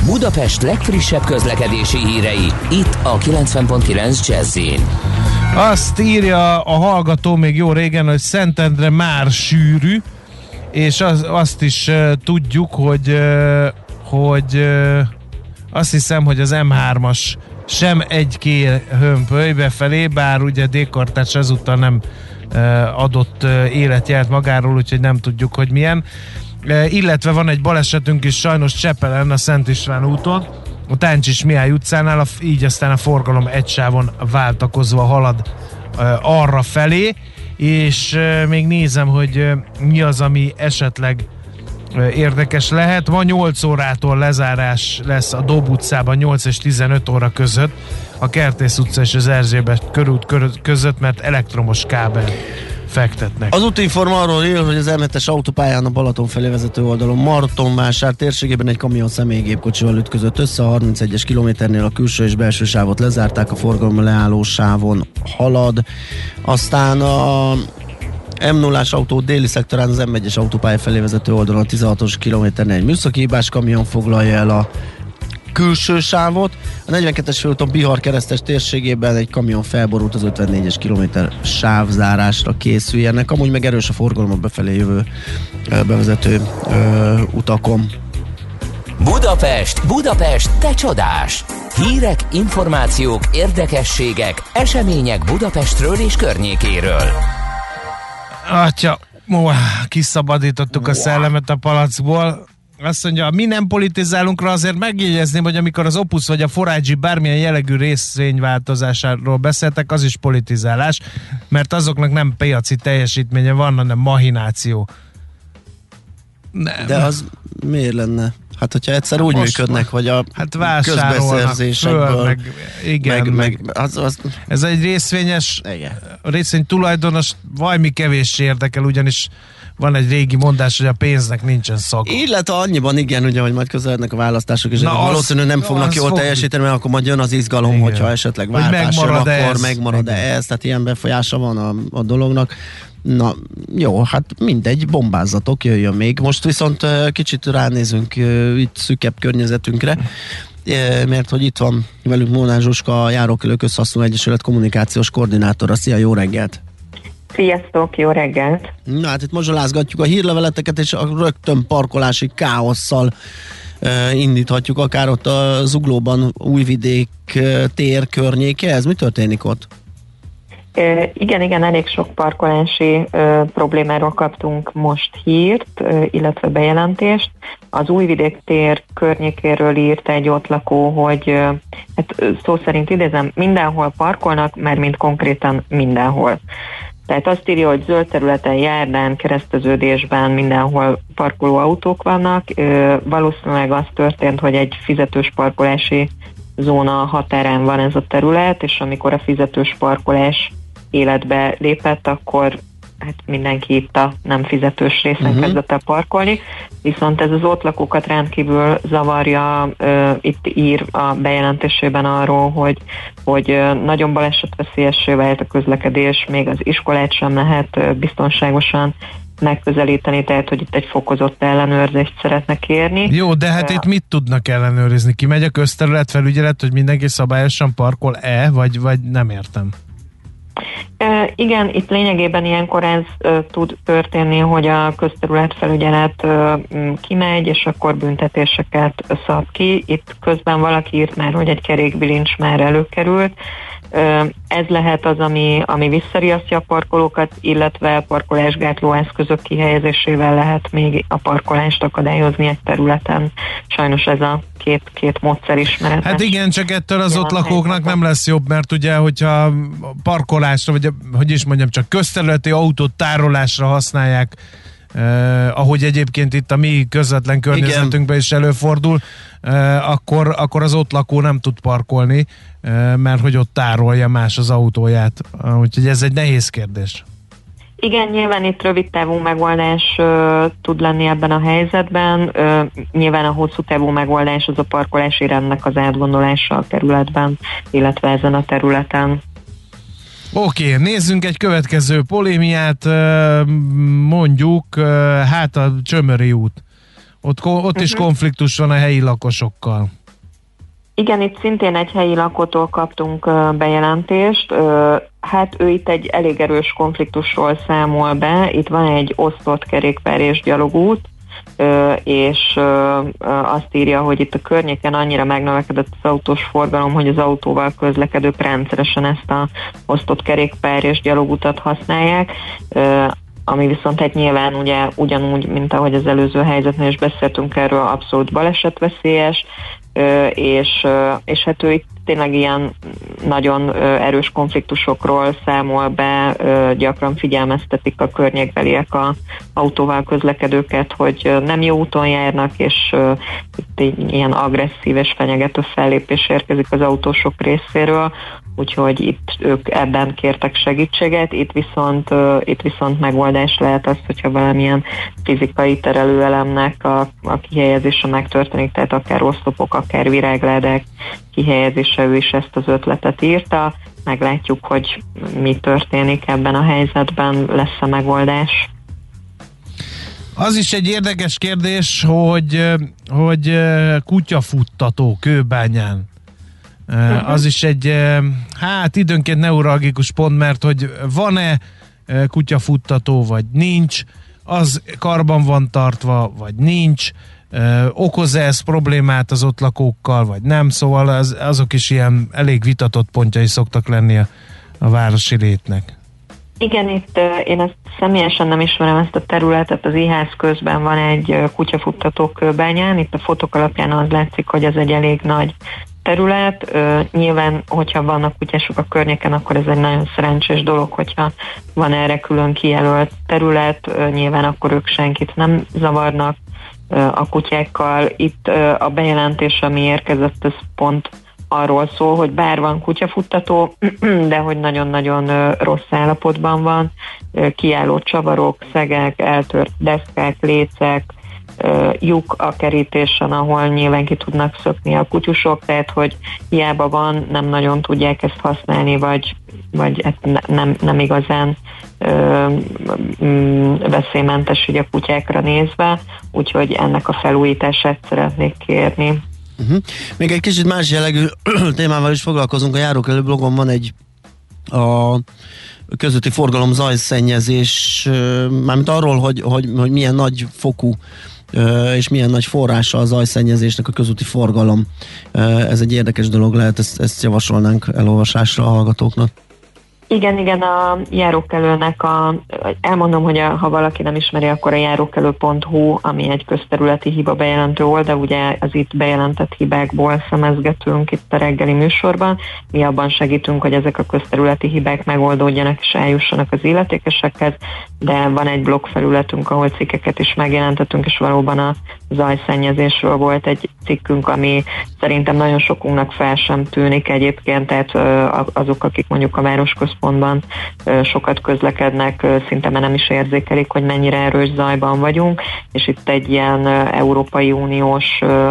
Budapest legfrissebb közlekedési hírei, itt a 90.9 Jazz-in. Azt írja a hallgató még jó régen, hogy Szentendre már sűrű, és azt is tudjuk, hogy azt hiszem, hogy az M3-as sem egy hömpöly befelé, bár ugye D-kartács ezúttal nem adott életjelt magáról, úgyhogy nem tudjuk, hogy milyen. Illetve van egy balesetünk is sajnos Csepelen, a Szent István úton, a Táncsis Mihály utcánál, így aztán a forgalom egy sávon váltakozva halad arra felé, és még nézem, hogy mi az, ami esetleg érdekes lehet. Ma 8 órától lezárás lesz a Dob utcában 8 és 15 óra között, a Kertész utca és az Erzsébet körút között, mert elektromos kábel fektetnek. Az Útinform arról ír, hogy az M7-es autópályán a Balaton felé vezető oldalon Martonvásár térségében egy kamion személygépkocsival ütközött össze, a 31-es kilométernél a külső és belső sávot lezárták, a forgalom leálló sávon halad. Aztán a M0-ás autó déli szektorán az M1-es autópálya felé vezető oldalon a 16-os kilométernél egy műszaki hibás kamion foglalja el a külső sávot. A 42-es főúton Bihar keresztes térségében egy kamion felborult, az 54-es kilométer sávzárásra készüljenek. Amúgy meg erős a forgalom a befelé jövő bevezető utakon. Budapest, te csodás! Hírek, információk, érdekességek, események Budapestről és környékéről. Atya, kiszabadítottuk a szellemet a palackból. Azt mondja, mi nem politizálunk rá, azért megjegyezném, hogy amikor az Opus vagy a Forágyi bármilyen jellegű részvényváltozásáról beszéltek, az is politizálás, mert azoknak nem piaci teljesítménye van, hanem mahináció. Nem. De az miért lenne? Hát, hogyha egyszer úgy működnek, hogy a közbeszerzésekből ez egy részvényes, a részvény tulajdonos valami kevéssé érdekel, ugyanis van egy régi mondás, hogy a pénznek nincsen szaga. Illetve annyiban igen, ugye, hogy majd közelednek a választások, és valószínűleg nem fognak jól teljesíteni, mert akkor majd jön az izgalom, igen, hogyha esetleg váltás jön, akkor megmarad ez, tehát ilyen befolyása van a dolognak. Na, jó, hát mindegy, bombázzatok, jöjjön még. Most viszont kicsit ránézünk itt szűkebb környezetünkre, mert hogy itt van velünk Molnár Zsuska, a Járókelő Közhasznú Egyesület kommunikációs koordinátora. Szia, jó reggelt! Sziasztok, jó reggelt! Na hát itt mazsolázgatjuk a hírleveleteket, és a rögtön parkolási káosszal indíthatjuk, akár ott a Zuglóban Újvidék tér környéke. Ez mi történik ott? Igen, elég sok parkolási problémáról kaptunk most hírt, illetve bejelentést. Az Újvidék tér környékéről írt egy ott lakó, hogy hát szó szerint idézem, mindenhol parkolnak, mert mint konkrétan mindenhol. Tehát azt írja, hogy zöld területen, járdán, kereszteződésben mindenhol parkoló autók vannak. Valószínűleg az történt, hogy egy fizetős parkolási zóna határán van ez a terület, és amikor a fizetős parkolás életbe lépett, akkor hát mindenki itt a nem fizetős részen kezdett el parkolni, viszont ez az ott lakókat rendkívül zavarja, itt ír a bejelentésében arról, hogy nagyon balesetveszélyessé vált a közlekedés, még az iskolát sem lehet biztonságosan megközelíteni, tehát hogy itt egy fokozott ellenőrzést szeretne kérni. Jó, de hát itt mit tudnak ellenőrizni? Ki megy a közterület felügyelet, hogy mindenki szabályosan parkol-e, vagy nem értem? Igen, itt lényegében ilyenkor ez tud történni, hogy a közterületfelügyelet kimegy, és akkor büntetéseket szab ki. Itt közben valaki írt már, hogy egy kerékbilincs már előkerült. Ez lehet az, ami visszariasztja a parkolókat, illetve parkolásgátló eszközök kihelyezésével lehet még a parkolást akadályozni egy területen. Sajnos ez a két módszer ismeretes. Hát igen, csak ettől az ott lakóknak nem lesz jobb, mert ugye, hogyha parkolásra, vagy hogy is mondjam, csak közterületi autót tárolásra használják, ahogy egyébként itt a mi közvetlen környezetünkben is előfordul, akkor az ott lakó nem tud parkolni, mert hogy ott tárolja más az autóját. Úgyhogy ez egy nehéz kérdés. Igen, nyilván itt rövid távú megoldás tud lenni ebben a helyzetben. Nyilván a hosszú távú megoldás az a parkolási rendnek az átgondolása a kerületben, illetve ezen a területen. Oké, nézzünk egy következő polémiát, mondjuk hát a Csömöri út. Ott is konfliktus van a helyi lakosokkal. Igen, itt szintén egy helyi lakótól kaptunk bejelentést. Hát ő itt egy elég erős konfliktusról számol be. Itt van egy osztott kerékpár és gyalogút, és azt írja, hogy itt a környéken annyira megnövekedett az autós forgalom, hogy az autóval közlekedők rendszeresen ezt a osztott kerékpár és gyalogutat használják, ami viszont egy nyilván ugye ugyanúgy, mint ahogy az előző helyzetnél is beszéltünk erről, abszolút balesetveszélyes, és hát ő itt tényleg ilyen nagyon erős konfliktusokról számol be, gyakran figyelmeztetik a környékbeliek a autóval közlekedőket, hogy nem jó úton járnak, és itt ilyen agresszív és fenyegető fellépés érkezik az autósok részéről, úgyhogy itt ők ebben kértek segítséget, itt viszont megoldás lehet az, hogyha valamilyen fizikai terelőelemnek a kihelyezése megtörténik, tehát akár oszlopok, akár virágládák kihelyezése, ő is ezt az ötletet írta. Meglátjuk, hogy mi történik ebben a helyzetben, lesz-e megoldás. Az is egy érdekes kérdés, hogy kutyafuttató Kőbányán. Az is egy, időnként neuralgikus pont, mert hogy van-e kutyafuttató, vagy nincs, az karban van tartva, vagy nincs, okoz-e ez problémát az ott lakókkal, vagy nem, szóval azok is ilyen elég vitatott pontjai szoktak lenni a városi létnek. Igen, itt én ezt személyesen nem ismerem ezt a területet, az IHÁZ közben van egy kutyafuttató Kőbányán, itt a fotók alapján az látszik, hogy ez egy elég nagy terület. Nyilván, hogyha vannak kutyások a környéken, akkor ez egy nagyon szerencsés dolog, hogyha van erre külön kijelölt terület, nyilván akkor ők senkit nem zavarnak a kutyákkal. Itt a bejelentés, ami érkezett, ez pont arról szól, hogy bár van kutyafuttató, de hogy nagyon-nagyon rossz állapotban van, kiálló csavarok, szegek, eltört deszkák, lécek, lyuk a kerítésen, ahol nyilván ki tudnak szökni a kutyusok, tehát hogy hiába van, nem nagyon tudják ezt használni, vagy nem igazán veszélymentes így a kutyákra nézve, úgyhogy ennek a felújítását szeretnék kérni. Még egy kicsit más jellegű témával is foglalkozunk. A Járókelő blogon van egy a közötti forgalom zajszennyezés, mármint arról, hogy milyen nagy fokú és milyen nagy forrása a zajszennyezésnek a közúti forgalom. Ez egy érdekes dolog lehet, ezt javasolnánk elolvasásra a hallgatóknak. Igen, a járókelőnek elmondom, hogy ha valaki nem ismeri, akkor a járókelő.hu, ami egy közterületi hiba bejelentő oldal, ugye az itt bejelentett hibákból szemezgetünk itt a reggeli műsorban. Mi abban segítünk, hogy ezek a közterületi hibák megoldódjanak és eljussanak az illetékesekhez, de van egy blogfelületünk, ahol cikkeket is megjelentettünk, és valóban a zajszennyezésről volt egy cikkünk, ami szerintem nagyon sokunknak fel sem tűnik egyébként, tehát azok, akik mondjuk a városközpontban sokat közlekednek, szinte már nem is érzékelik, hogy mennyire erős zajban vagyunk, és itt egy ilyen Európai Uniós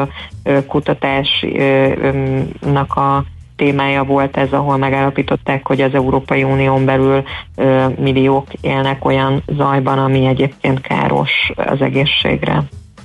kutatásnak a témája volt ez, ahol megállapították, hogy az Európai Unión belül milliók élnek olyan zajban, ami egyébként káros az egészségre.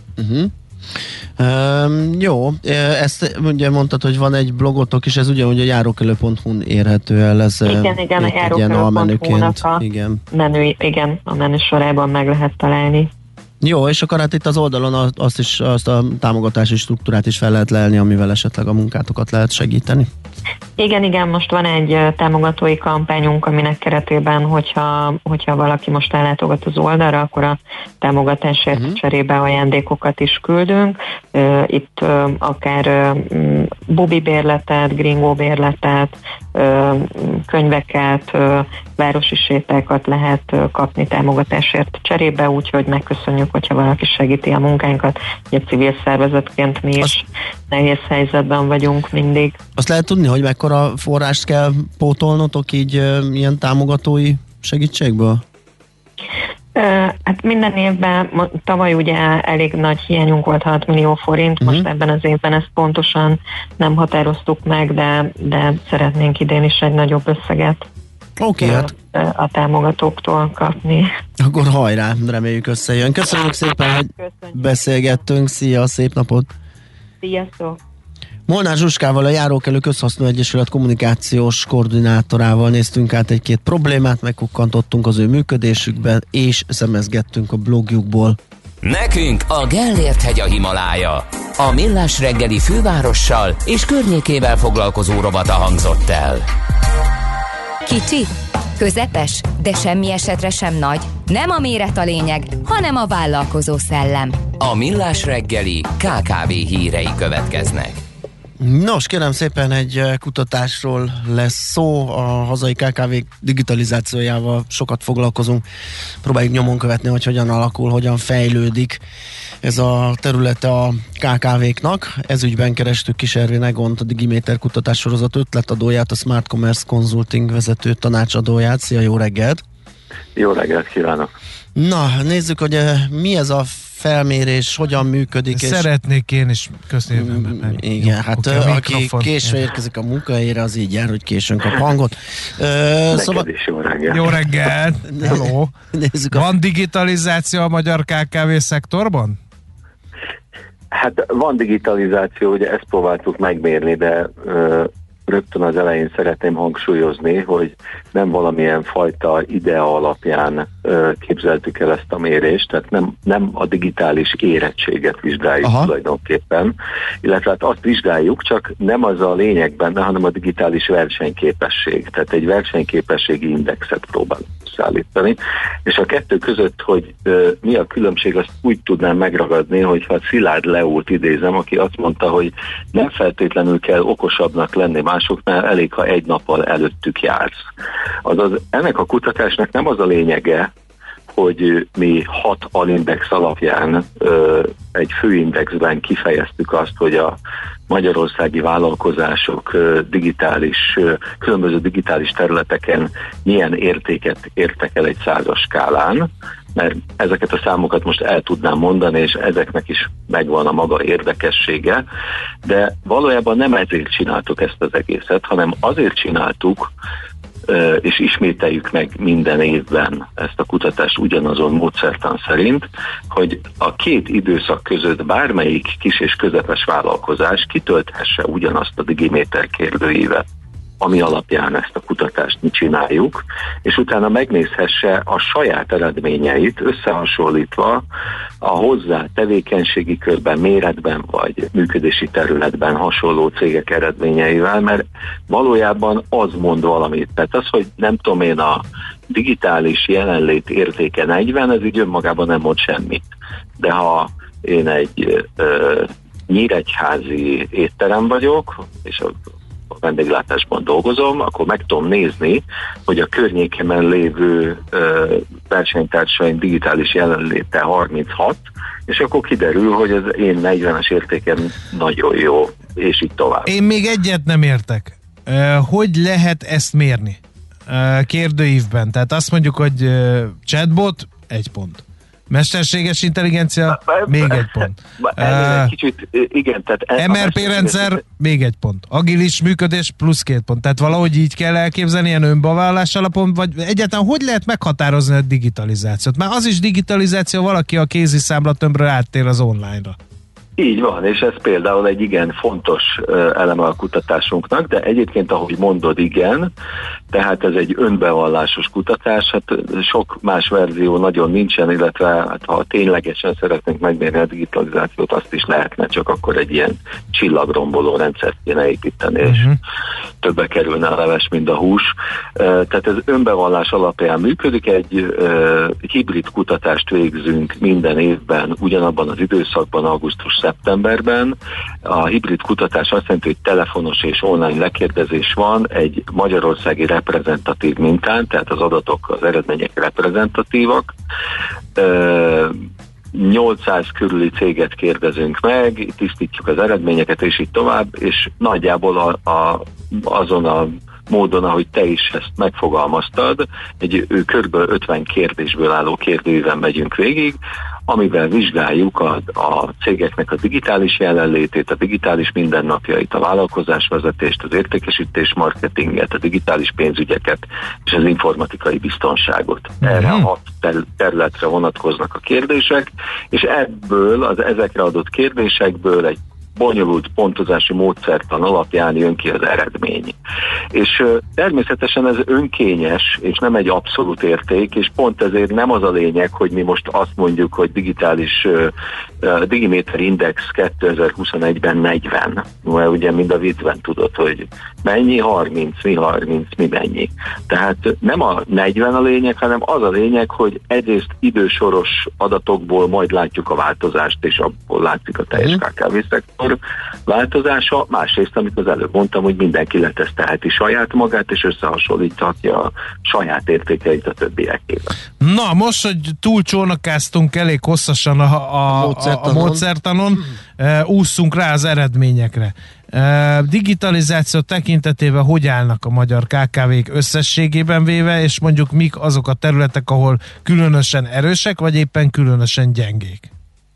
Jó, ezt ugye mondtad, hogy van egy blogotok is, ez ugyanúgy a járókelő.hu-n érhető el, ez igen, a járókelő.hu-nak a menü sorában meg lehet találni. Jó, és akkor hát itt az oldalon azt a támogatási struktúrát is fel lehet lelni, amivel esetleg a munkátokat lehet segíteni. Igen, most van egy támogatói kampányunk, aminek keretében, hogyha valaki most ellátogat az oldalra, akkor a támogatásért cserébe ajándékokat is küldünk. Itt akár bubi bérletet, gringó bérletet, könyveket, városi sétákat lehet kapni támogatásért cserébe, úgyhogy megköszönjük, hogyha valaki segíti a munkánkat. Ugye civil szervezetként mi is nehéz helyzetben vagyunk mindig. Azt lehet tudni, hogy mekkora forrást kell pótolnotok így ilyen támogatói segítségből? Hát minden évben, tavaly ugye elég nagy hiányunk volt, 6 millió forint, most ebben az évben ezt pontosan nem határoztuk meg, de szeretnénk idén is egy nagyobb összeget hát a támogatóktól kapni. Akkor hajrá, reméljük összejön. Köszönjük szépen, hogy beszélgettünk. Szia, szép napot! Sziasztok! Molnár Zsuskával, a Járókelő Közhasznú Egyesület kommunikációs koordinátorával néztünk át egy-két problémát, megkukkantottunk az ő működésükben, és szemezgettünk a blogjukból. Nekünk a Gellért-hegy a Himalája. A Millás reggeli fővárossal és környékével foglalkozó rovata hangzott el. Kicsi, közepes, de semmi esetre sem nagy. Nem a méret a lényeg, hanem a vállalkozó szellem. A Millás reggeli KKV hírei következnek. Nos, kérem szépen, egy kutatásról lesz szó, a hazai KKV digitalizációjával sokat foglalkozunk, próbáljuk nyomon követni, hogy hogyan alakul, hogyan fejlődik ez a területe a KKV-knak. Ez ügyben kerestük Kis Ervin Egont, a Digiméter kutatássorozat ötletadóját, a Smart Commerce Consulting vezető tanácsadóját. Szia, jó reggelt! Jó reggelt kívánok! Na, nézzük, hogy mi ez a felmérés, hogyan működik. Szeretnék én is köszönni. Igen, hát aki késve érkezik a munkahelyére, az így jár, hogy későn kap hangot. Szóval... is jó reggelt. Jó reggelt! Hello! Van digitalizáció a magyar KKV szektorban? Hát van digitalizáció, ugye ezt próbáltuk megmérni, de rögtön az elején szeretném hangsúlyozni, hogy nem valamilyen fajta idea alapján képzeltük el ezt a mérést, tehát nem a digitális érettséget vizsgáljuk tulajdonképpen, illetve hát azt vizsgáljuk, csak nem az a lényeg benne, hanem a digitális versenyképesség, tehát egy versenyképességi indexet próbálunk szállítani, és a kettő között, hogy mi a különbség, azt úgy tudnám megragadni, hogyha Szilárd Leót idézem, aki azt mondta, hogy nem feltétlenül kell okosabbnak lenni másoknál, elég, ha egy nappal előttük jársz. Azaz ennek a kutatásnak nem az a lényege, hogy mi 6 alindex alapján egy főindexben kifejeztük azt, hogy a magyarországi vállalkozások különböző digitális területeken milyen értéket értek el egy 100-as skálán, mert ezeket a számokat most el tudnám mondani, és ezeknek is megvan a maga érdekessége, de valójában nem ezért csináltuk ezt az egészet, hanem azért csináltuk, és ismételjük meg minden évben ezt a kutatást ugyanazon módszertan szerint, hogy a két időszak között bármelyik kis és közepes vállalkozás kitölthesse ugyanazt a Digiméter kérdőívet, ami alapján ezt a kutatást mi csináljuk, és utána megnézhesse a saját eredményeit összehasonlítva a hozzá tevékenységi körben, méretben vagy működési területben hasonló cégek eredményeivel, mert valójában az mond valamit. Tehát az, hogy nem tudom én, a digitális jelenlét értéke 40, ez így önmagában nem mond semmit. De ha én egy nyíregyházi étterem vagyok, és a vendéglátásban dolgozom, akkor meg tudom nézni, hogy a környékemen lévő versenytársaim digitális jelenléte 36, és akkor kiderül, hogy az én 40-es értékem nagyon jó, és így tovább. Én még egyet nem értek. Hogy lehet ezt mérni? Kérdőívben. Tehát azt mondjuk, hogy chatbot, 1 pont. Mesterséges intelligencia, még 1 pont. Kicsit, igen, tehát MRP rendszer, még 1 pont. Agilis működés, plusz 2 pont. Tehát valahogy így kell elképzelni, ilyen önbevallás alapon, vagy egyáltalán hogy lehet meghatározni a digitalizációt? Már az is digitalizáció, valaki a kéziszámlatömbről áttér az online-ra. Így van, és ez például egy igen fontos eleme a kutatásunknak, de egyébként, ahogy mondod, igen, tehát ez egy önbevallásos kutatás, hát sok más verzió nagyon nincsen, illetve hát, ha ténylegesen szeretnénk megmérni a digitalizációt, azt is lehetne, csak akkor egy ilyen csillagromboló rendszert kéne építeni, és többe kerülne a leves, mint a hús. Tehát ez önbevallás alapján működik, egy hibrid kutatást végzünk minden évben, ugyanabban az időszakban, augusztus-szeptemberben. A hibrid kutatás azt jelenti, hogy telefonos és online lekérdezés van egy magyarországi reprezentatív mintán, tehát az adatok, az eredmények reprezentatívak. 800 körüli céget kérdezünk meg, tisztítjuk az eredményeket, és így tovább, és nagyjából azon a módon, ahogy te is ezt megfogalmaztad, egy kb. 50 kérdésből álló kérdőíven megyünk végig, amivel vizsgáljuk a cégeknek a digitális jelenlétét, a digitális mindennapjait, a vállalkozásvezetést, az értékesítés, marketinget, a digitális pénzügyeket és az informatikai biztonságot. Erre a 6 területre vonatkoznak a kérdések, és ebből, az ezekre adott kérdésekből egy bonyolult pontozási módszertan alapján jön ki az eredmény. És természetesen ez önkényes, és nem egy abszolút érték, és pont ezért nem az a lényeg, hogy mi most azt mondjuk, hogy digitális Digiméter Index 2021-ben 40, mert ugye mind a viccben tudod, hogy mennyi, 30, mi mennyi. Tehát nem a 40 a lényeg, hanem az a lényeg, hogy egyrészt idősoros adatokból majd látjuk a változást, és abból látszik a teljes KKV-szektor változása, másrészt, amit az előbb mondtam, hogy mindenki letesztelheti saját magát, és összehasonlíthatja a saját értékeit a többiekével. Na, most, hogy túlcsónakáztunk elég hosszasan a módszertanon, ússzunk rá az eredményekre. Digitalizáció tekintetében hogy állnak a magyar KKV-k összességében véve, és mondjuk mik azok a területek, ahol különösen erősek, vagy éppen különösen gyengék?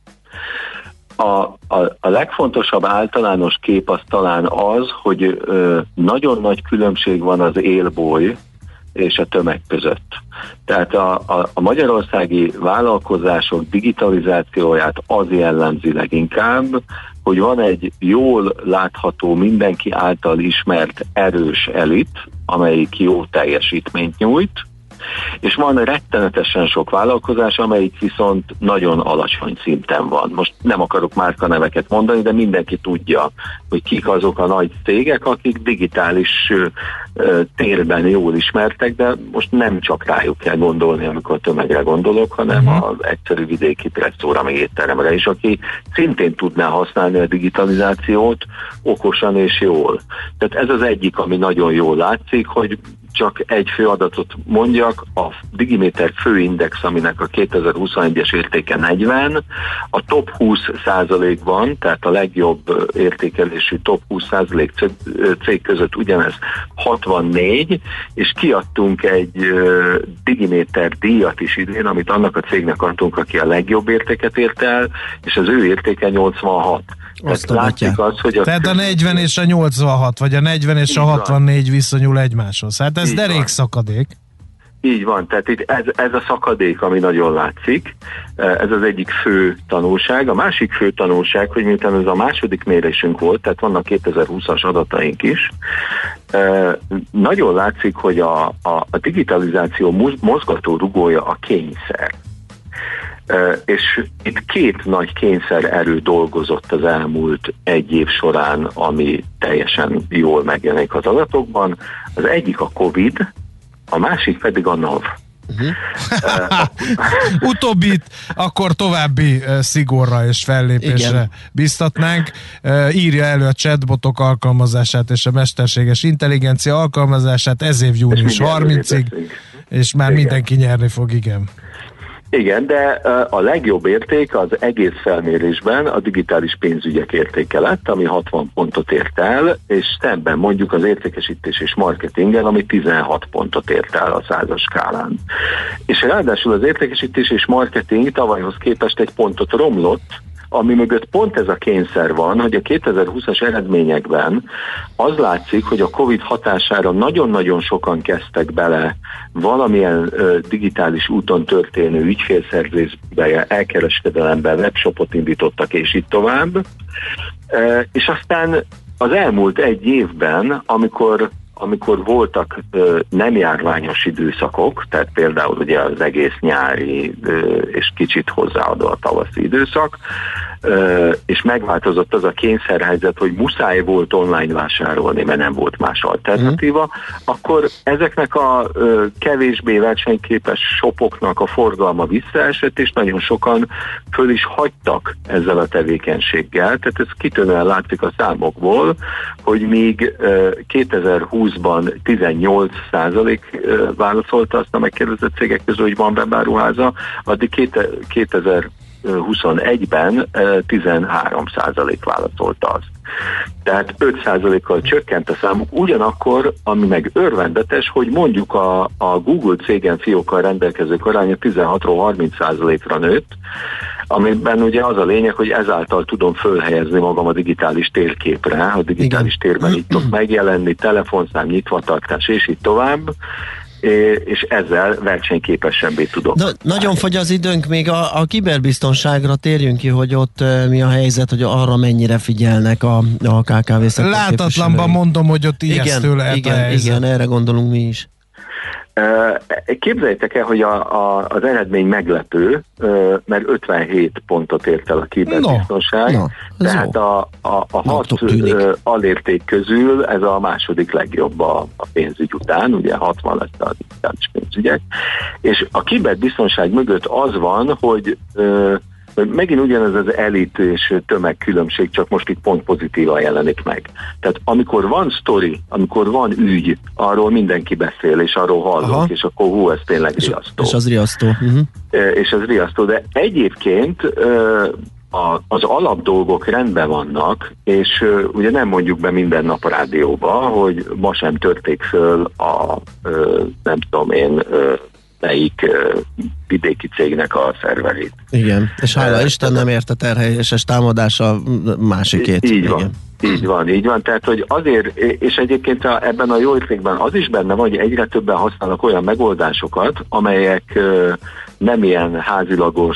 A legfontosabb általános kép az talán az, hogy nagyon nagy különbség van az élboly és a tömeg között. Tehát a magyarországi vállalkozások digitalizációját az jellemzi leginkább, hogy van egy jól látható, mindenki által ismert erős elit, amelyik jó teljesítményt nyújt, és van rettenetesen sok vállalkozás, amelyik viszont nagyon alacsony szinten van. Most nem akarok márkaneveket mondani, de mindenki tudja, hogy kik azok a nagy cégek, akik digitális térben jól ismertek, de most nem csak rájuk kell gondolni, amikor tömegre gondolok, hanem az egyszerű vidéki presszóra, meg étteremre is, aki szintén tudná használni a digitalizációt okosan és jól. Tehát ez az egyik, ami nagyon jól látszik, hogy csak egy fő adatot mondjak, a Digiméter főindex, aminek a 2021-es értéke 40, a top 20%-ban, tehát a legjobb értékelésű top 20% cég között ugyanez 64, és kiadtunk egy Digiméter díjat is idén, amit annak a cégnek adtunk, aki a legjobb értéket ért el, és az ő értéke 86. Tehát a 40 és a 86, vagy a 40 és a 64 viszonyul egymáshoz. Hát ez derék szakadék. Így van, tehát itt ez a szakadék, ami nagyon látszik, ez az egyik fő tanulság. A másik fő tanulság, hogy miután ez a második mérésünk volt, tehát vannak 2020-as adataink is, nagyon látszik, hogy a digitalizáció mozgató rugója a kényszer. És itt két nagy kényszererő dolgozott az elmúlt egy év során, ami teljesen jól megjelenik az adatokban. Az egyik a Covid, a másik pedig a NAV. Utóbbit akkor további szigorra és fellépésre biztatnánk. Írja elő a chatbotok alkalmazását és a mesterséges intelligencia alkalmazását ez év június 30-ig, és már mindenki nyerni fog, igen. Igen, de a legjobb érték az egész felmérésben a digitális pénzügyek értéke lett, ami 60 pontot ért el, és szemben mondjuk az értékesítés és marketingen, ami 16 pontot ért el a 100-as skálán. És ráadásul az értékesítés és marketing tavalyhoz képest egy pontot romlott, ami mögött pont ez a kényszer van, hogy a 2020-as eredményekben az látszik, hogy a Covid hatására nagyon-nagyon sokan kezdtek bele valamilyen digitális úton történő ügyfélszerzésbe, elkereskedelembe, webshopot indítottak, és így tovább. És aztán az elmúlt egy évben, amikor voltak nem járványos időszakok, tehát például ugye az egész nyári és kicsit hozzáadó a tavaszi időszak, és megváltozott az a kényszerhelyzet, hogy muszáj volt online vásárolni, mert nem volt más alternatíva, akkor ezeknek a kevésbé versenyképes shopoknak a forgalma visszaesett, és nagyon sokan föl is hagytak ezzel a tevékenységgel. Tehát ez kitűnően látszik a számokból, hogy míg 2020-ban 18% válaszolta azt a megkérdezett cégek közül, hogy van webáruháza, addig 2021-ben 13% válaszolta azt. Tehát 5%-kal csökkent a számuk, ugyanakkor, ami meg örvendetes, hogy mondjuk a Google cégen fiókkal rendelkezők aránya 16-ról 30%-ra nőtt, amiben ugye az a lényeg, hogy ezáltal tudom fölhelyezni magam a digitális térképre, a digitális térben itt tudok megjelenni, telefonszám, nyitvatartás és így tovább, és ezzel versenyképesebbé tudok. Nagyon fogy az időnk, még a kiberbiztonságra térjünk ki, hogy ott mi a helyzet, hogy arra mennyire figyelnek a KKV szektor. Látatlanban mondom, hogy ott ijesztő lehet a helyzet. Igen, erre gondolunk mi is. Képzeljétek el, hogy az eredmény meglepő, mert 57 pontot ért el a kiberbiztonság, tehát a 6 alérték közül ez a második legjobb a pénzügy után, ugye 60 lesz a digitális pénzügyek, és a kiberbiztonság mögött az van, hogy megint ugyanez az elit és tömegkülönbség, csak most itt pont pozitívan jelenik meg. Tehát amikor van sztori, amikor van ügy, arról mindenki beszél, és arról hallunk, és akkor ez tényleg riasztó. És az riasztó. És ez riasztó, de egyébként az alapdolgok rendben vannak, és ugye nem mondjuk be minden nap a rádióba, hogy ma sem törték föl nem tudom én, melyik vidéki cégnek a szerverét. Igen, és hála Isten nem érte terheléses támadása másikét. Így van. Így van, tehát hogy azért, és egyébként ebben a jó értékben az is benne van, hogy egyre többen használnak olyan megoldásokat, amelyek nem ilyen házilagos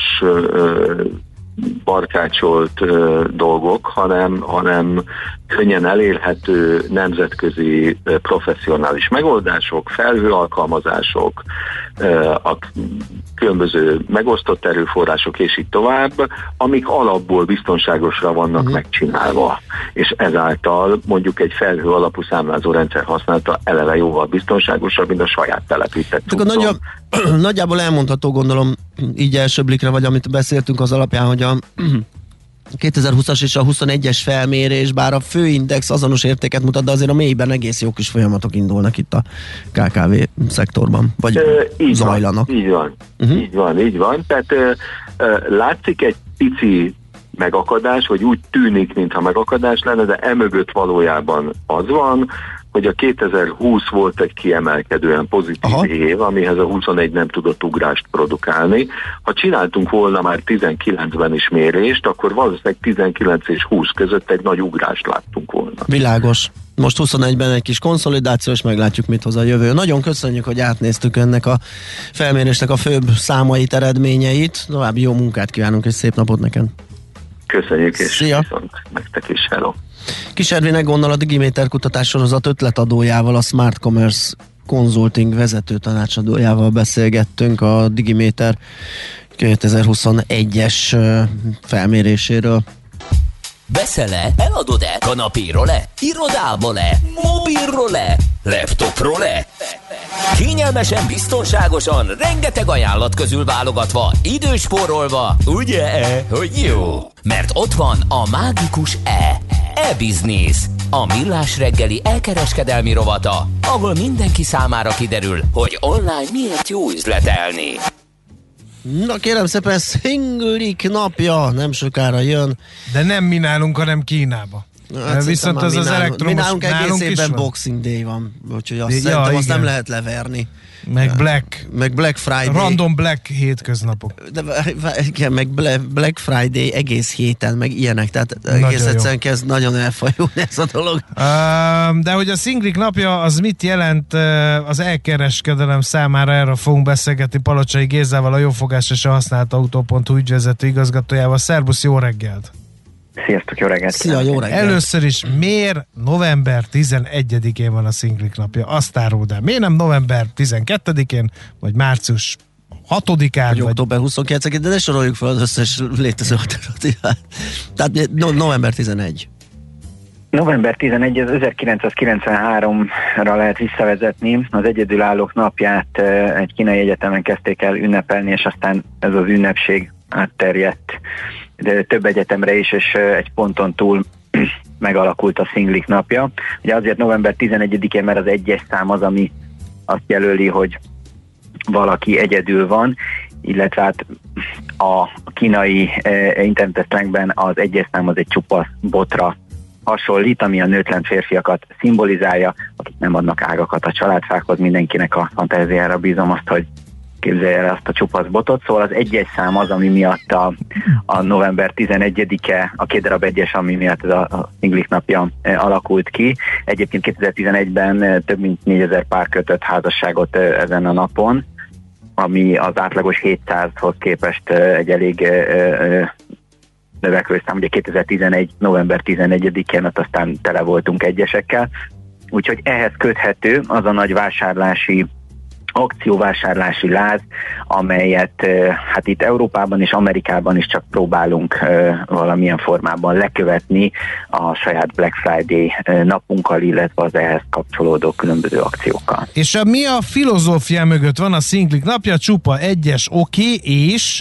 barkácsolt dolgok, hanem könnyen elérhető nemzetközi professzionális megoldások, felhőalkalmazások, a különböző megosztott erőforrások és így tovább, amik alapból biztonságosra vannak megcsinálva. És ezáltal mondjuk egy felhő alapú számlázó rendszer használata eleve jóval biztonságosabb, mint a saját telepített cuccom. Nagyjából elmondható, gondolom, így első blikre, vagy amit beszéltünk az alapján, hogy a 2020-as és a 21-es felmérés, bár a főindex azonos értéket mutat, de azért a mélyben egész jó kis folyamatok indulnak itt a KKV szektorban, vagy zajlanak. Így van. Tehát látszik egy pici megakadás, vagy úgy tűnik, mintha megakadás lenne, de emögött valójában az van, hogy a 2020 volt egy kiemelkedően pozitív év, amihez a 21 nem tudott ugrást produkálni. Ha csináltunk volna már 19-ben is mérést, akkor valószínűleg 19 és 20 között egy nagy ugrást láttunk volna. Világos. Most 21-ben egy kis konszolidáció, és meglátjuk, mit hoz a jövő. Nagyon köszönjük, hogy átnéztük ennek a felmérésnek a főbb számait, eredményeit. További jó munkát kívánunk, és szép napot neked. Köszönjük, és viszont nektek is, hello. Kis Ervinek gondol a Digiméter kutatás sorozat ötletadójával, a Smart Commerce Consulting vezető tanácsadójával beszélgettünk a Digiméter 2021-es felméréséről. Veszel-e? Eladod-e? Kanapéról-e? Irodából-e? Mobilról-e? Laptopról-e? Kényelmesen, biztonságosan, rengeteg ajánlat közül válogatva, időspórolva, ugye-e, hogy jó? Mert ott van a mágikus e-business, a millás reggeli elkereskedelmi rovata, ahol mindenki számára kiderül, hogy online miért jó üzletelni. Na kérem szépen, Szinglik napja nem sokára jön. De nem mi nálunk, hanem Kínába. Hát viszont az elektromos... Mi nálunk egész évben Boxing Day van, úgyhogy azt szerintem azt nem lehet leverni. Meg Black Friday. Random Black hétköznapok. Igen, meg Black Friday egész héten, meg ilyenek, tehát egész egyszerűen kezd nagyon elfajulni ez a dolog. De hogy a Szinglik napja, az mit jelent az elkereskedelem számára, erről fogunk beszélgetni Palocsai Gézával, a Jófogás és a Használt Autó.hu ügyvezető igazgatójával. Szerbusz, jó reggelt! Sziasztok, jó reggelt! Szia, jó reggelt! Először is, miért november 11-én van a Szinglik napja? Azt áruld el. Miért nem november 12-én, vagy március 6-án? Vagy október 29-én, de ne soroljuk fel az összes létező alternatívát. Tehát november 11. November 11, az 1993-ra lehet visszavezetni. Az egyedülállók napját egy kínai egyetemen kezdték el ünnepelni, és aztán ez az ünnepség átterjedt de több egyetemre is, és egy ponton túl megalakult a Szinglik napja. Ugye azért november 11-én, mert az egyes szám az, ami azt jelöli, hogy valaki egyedül van, illetve hát a kínai internetes slangben az egyes szám az egy csupasz botra hasonlít, ami a nőtlen férfiakat szimbolizálja, akik nem adnak ágakat a családfákhoz. Mindenkinek a fantáziára bízom azt, hogy képzelje el azt a csupaszbotot, szóval az egyes szám az, ami miatt a november 11-e, a 2 darab egyes, ami miatt ez a szinglik napja alakult ki. Egyébként 2011-ben több mint 4000 pár kötött házasságot ezen a napon, ami az átlagos 700-hoz képest egy elég növekvő szám. Ugye 2011. november 11-én ott aztán tele voltunk egyesekkel, úgyhogy ehhez köthető az a nagy akcióvásárlási láz, amelyet hát itt Európában és Amerikában is csak próbálunk valamilyen formában lekövetni a saját Black Friday napunkkal, illetve az ehhez kapcsolódó különböző akciókkal. És mi a filozófia mögött van a szinglik napja? Csupa egyes, oké, és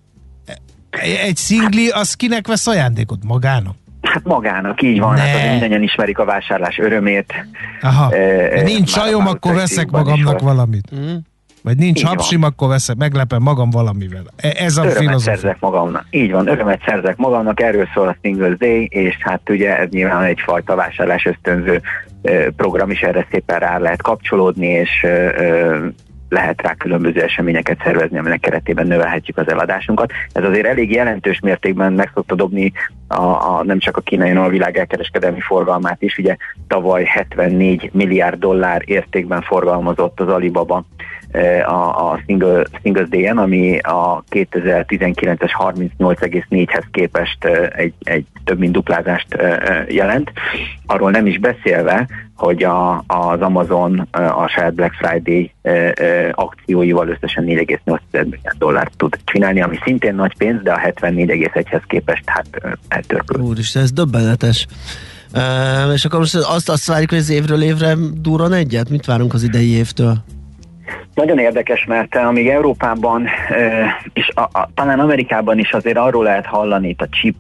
egy szingli, az kinek vesz ajándékot? Magának? Hát magának, így van, hát mindannyian ismerik a vásárlás örömét. Aha, nincs sajom, akkor veszek magamnak valamit. Vagy nincs hapsim, akkor meglepem magam valamivel. Ez a filozófia. Szerzek magamnak. Így van, örömet szerzek magamnak, erről szól a Singles Day, és hát ugye ez nyilván egyfajta vásárlás ösztönző program is, erre szépen rá lehet kapcsolódni, és lehet rá különböző eseményeket szervezni, aminek keretében növelhetjük az eladásunkat. Ez azért elég jelentős mértékben meg szokta dobni nem csak a kínai, hanem a világ elkereskedelmi forgalmát is. Ugye tavaly 74 milliárd dollár értékben forgalmazott az Alibaba a Singles Day-en, ami a 2019-es 38,4-hez képest egy több mint duplázást jelent. Arról nem is beszélve, hogy az Amazon a saját Black Friday akcióival összesen 4,8 milliárd dollárt tud csinálni, ami szintén nagy pénz, de a 74,1-hez képest hát eltörpül. Úristen, ez döbbenetes. És akkor most azt várjuk, hogy az évről évre durran egyet? Mit várunk az idei évtől? Nagyon érdekes, mert amíg Európában és talán Amerikában is azért arról lehet hallani, itt a chip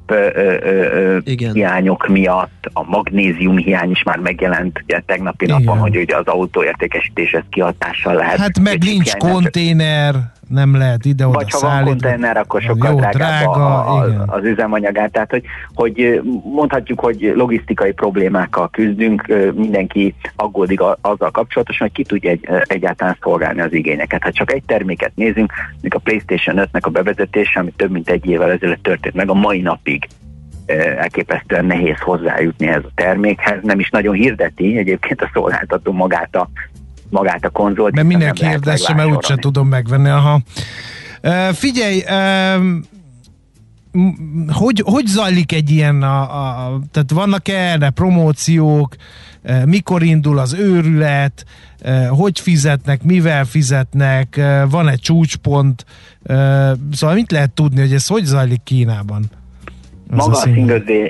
hiányok miatt, a magnézium hiány is már megjelent ugye tegnapi napon, hogy ugye az autóértékesítéshez kihatással lehet. Hát meg nincs konténer, nem lehet ide-oda vagy ha van konténer, akkor sokkal drágább az üzemanyagát. Tehát, hogy mondhatjuk, hogy logisztikai problémákkal küzdünk, mindenki aggódik azzal kapcsolatosan, hogy ki tudja egyáltalán szolgálni az igényeket. Ha csak egy terméket nézünk, a PlayStation 5-nek a bevezetése, ami több mint egy évvel ezelőtt történt meg, a mai napig elképesztően nehéz hozzájutni ehhez a termékhez. Nem is nagyon hirdeti egyébként a szolgáltató magát a konzolt. Mert mindenki hirdesse, mert úgyse tudom megvenni. Aha. Figyelj, hogy zajlik egy ilyen, tehát vannak erre promóciók, mikor indul az őrület, hogy fizetnek, mivel fizetnek, van egy csúcspont, szóval mit lehet tudni, hogy ez hogy zajlik Kínában? Maga a Singles Day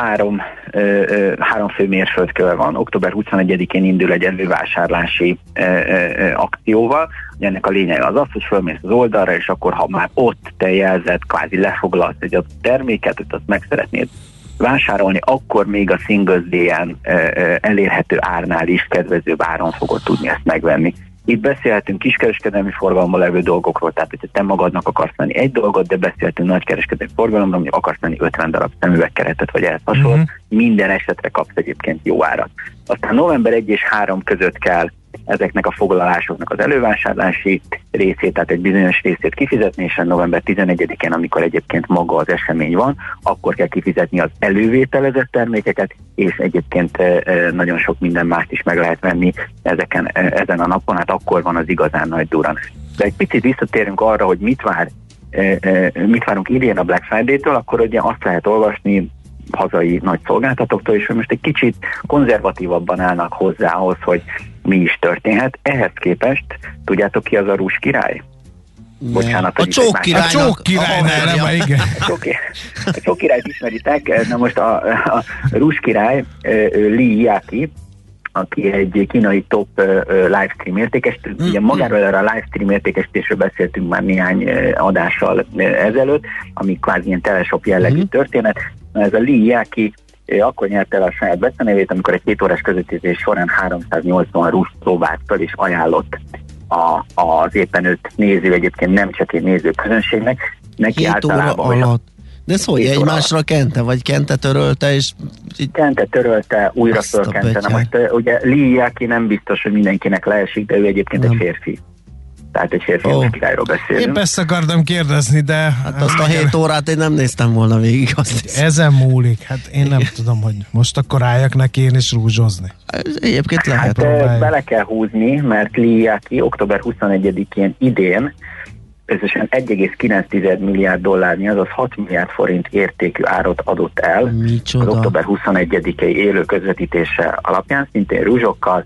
három fő mérföldkő van. Október 21-én indul egy elővásárlási akcióval. Ennek a lényege az, hogy fölmész az oldalra, és akkor, ha már ott te jelzed, kvázi lefoglalsz egy adott terméket, hogy azt meg szeretnéd vásárolni, akkor még a Singles Day-en elérhető árnál is kedvezőbb áron fogod tudni ezt megvenni. Itt beszélhetünk kiskereskedelmi forgalomban levő dolgokról, tehát hogyha te magadnak akarsz venni egy dolgot, de beszélhetünk nagykereskedelmi forgalomban, hogy akarsz venni 50 darab szemüvegkeretet, vagy ehhez hasonló, minden esetre kapsz egyébként jó árat. Aztán november 1 és 3 között kell ezeknek a foglalásoknak az elővásárlási részét, tehát egy bizonyos részét kifizetni, és a november 11-én, amikor egyébként maga az esemény van, akkor kell kifizetni az elővételezett termékeket, és egyébként nagyon sok minden mást is meg lehet venni ezen a napon, hát akkor van az igazán nagy durranás. De egy picit visszatérünk arra, hogy mit várunk idén a Black Friday-től, akkor ugye azt lehet olvasni hazai nagy szolgáltatóktól, és hogy most egy kicsit konzervatívabban állnak hozzá ahhoz, hogy mi is történhet. Ehhez képest, tudjátok ki az a Rúzs király? Bocsánat, a Csók király. A Csók király, igen. A Csók királyt ismeritek, na most a Rúzs király Li Yaqi, aki egy kínai top livestream értékesítő. Ugye magáról erre a livestream értékesítésről beszéltünk már néhány adással ezelőtt, ami kvázi ilyen teleshop jellegű történet. Ez a Li Yaqi akkor nyerte el a saját becenevét, amikor egy 2 órás közvetítés során 380 rúst próbált föl és ajánlott az éppen őt néző, egyébként nem csak egy néző közönségnek. Neki 2 óra alatt. De szólj, egymásra kente, vagy kente törölte, és... Kente törölte, újra fölkente. Na most ugye Li Yaqi nem biztos, hogy mindenkinek leesik, de ő egyébként egy férfi. Tehát egy férfi királyról beszélünk. Épp ezt akartam kérdezni, de... Hát azt a 7 órát én nem néztem volna végig. Ezen múlik. Hát én nem tudom, hogy most akkor álljak neki én is rúzsozni. Egyébként lehet. Hát bele kell húzni, mert Liaki október 21-én idén összesen 1,9 milliárd dollárnyi, azaz 6 milliárd forint értékű árot adott el. Micsoda? Az október 21-i élő közvetítése alapján, szintén rúzsokkal,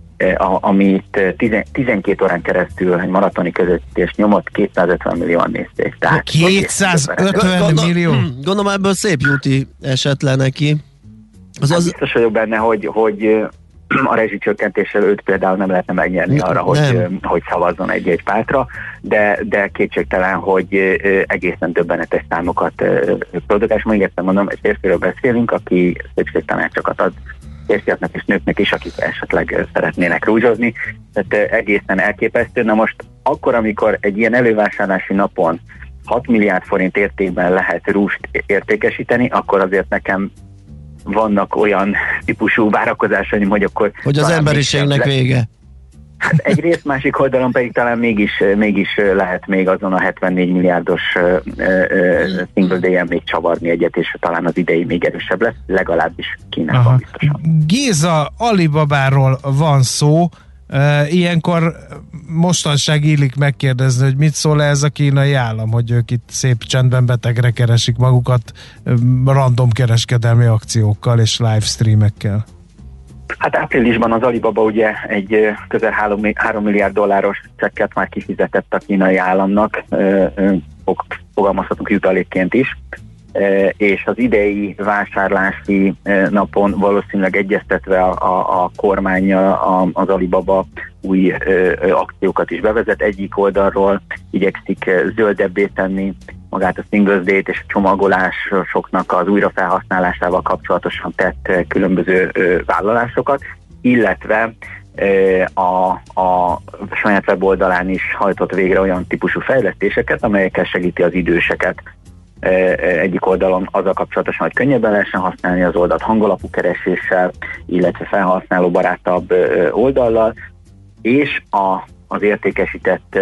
amit 12 órán keresztül egy maratoni közvetítést nyomott, 250 millióan nézték. Tehát 250 millió? Gondolom ebből szép júti esett le neki. Hát biztos vagyok benne, hogy a rezsicsökkentéssel őt például nem lehetne megnyerni arra, hogy szavazzon egy-egy pártra, de kétségtelen, hogy egészen döbbenetes számokat produkál, és még egyszer mondom, egy férfiről beszélünk, aki szépségtanácsokat ad férfiaknak és nőknek is, akik esetleg szeretnének rúzsozni, tehát egészen elképesztő. Na most akkor, amikor egy ilyen elővásárlási napon 6 milliárd forint értékben lehet rúst értékesíteni, akkor azért nekem vannak olyan típusú várakozásaim, hogy akkor... Hogy az emberiségnek vége. Hát egyrészt, másik oldalon pedig talán mégis lehet még azon a 74 milliárdos single day-en még csavarni egyet, és talán az idei még erősebb lesz, legalábbis Kínában biztosan. Géza, Alibabáról van szó, ilyenkor mostanság illik megkérdezni, hogy mit szól ez a kínai állam, hogy ők itt szép csendben betegre keresik magukat random kereskedelmi akciókkal és livestreamekkel. Hát áprilisban az Alibaba ugye egy közel 3 milliárd dolláros csekket már kifizetett a kínai államnak, fogalmazhatunk jutalékként is, és az idei vásárlási napon valószínűleg egyeztetve a kormánya az Alibaba új akciókat is bevezet. Egyik oldalról igyekszik zöldebbé tenni magát a Singles Day-t és a csomagolásoknak az újrafelhasználásával kapcsolatosan tett különböző vállalásokat, illetve a saját weboldalán is hajtott végre olyan típusú fejlesztéseket, amelyekkel segíti az időseket. Egyik oldalon azzal kapcsolatosan, hogy könnyebben lehessen használni az oldalt hangalapú kereséssel, illetve felhasználóbarátabb oldallal, és az értékesített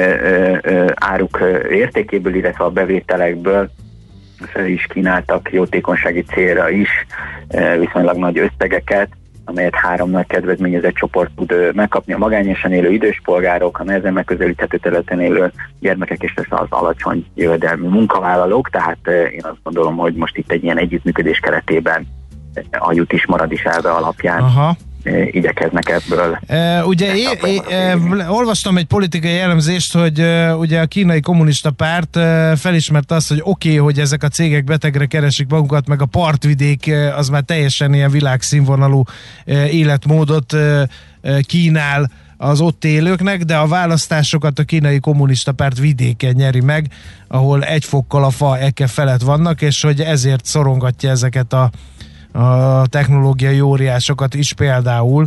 áruk értékéből, illetve a bevételekből fel is kínáltak jótékonysági célra is viszonylag nagy összegeket, amelyet 3 nagy kedvezményezett csoport tud megkapni: a magányosan élő idős polgárok, a nehezen megközelíthető területen élő gyermekek és az alacsony jövedelmű munkavállalók, tehát én azt gondolom, hogy most itt egy ilyen együttműködés keretében a jut is marad is elve alapján igyekeznek ebből. Ugye olvastam egy politikai elemzést, hogy ugye a kínai kommunista párt felismerte azt, hogy oké, hogy ezek a cégek betegre keresik magukat, meg a partvidék az már teljesen ilyen világszínvonalú életmódot kínál az ott élőknek, de a választásokat a kínai kommunista párt vidéken nyeri meg, ahol 1 fokkal a fa eke felett vannak, és hogy ezért szorongatja ezeket a technológiai óriásokat is például,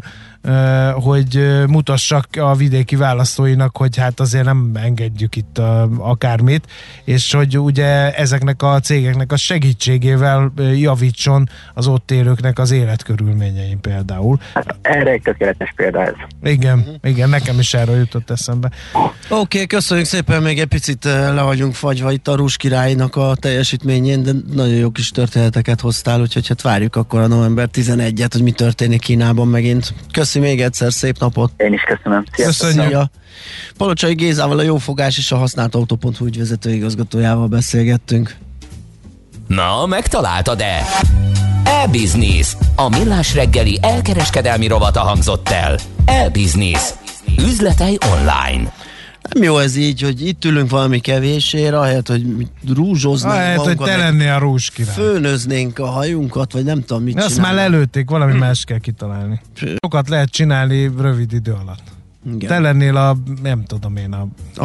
hogy mutassak a vidéki választóinak, hogy hát azért nem engedjük itt akármit, és hogy ugye ezeknek a cégeknek a segítségével javítson az ott élőknek az életkörülményein például. Hát erre egy tökéletes példa ez. Igen, nekem is erről jutott eszembe. Oké, köszönjük szépen, még egy picit le vagyunk fagyva itt a Rúzs királynak a teljesítményén, de nagyon jó kis történeteket hoztál, úgyhogy hát várjuk akkor a november 11-et, hogy mi történik Kínában megint. Köszönjük még egyszer, szép napot! Én is köszönöm. Köszönjük! Palocsai Gézával, a Jófogás és a használtautó.hu ügyvezető igazgatójával beszélgettünk. Na, megtaláltad-e? E-Business. A millás reggeli elkereskedelmi rovata hangzott el. E-Business. Üzletei online. Nem jó ez így, hogy itt ülünk valami kevésért, ahelyett, hogy rúzsoznánk magunkat. Ahelyett, hogy te lennél a Rúzs király. Főnöznénk a hajunkat, vagy nem tudom mit csinálni. Azt már lelőtték, valami más kell kitalálni. Sokat lehet csinálni rövid idő alatt. Igen. Te lennél a, nem tudom én,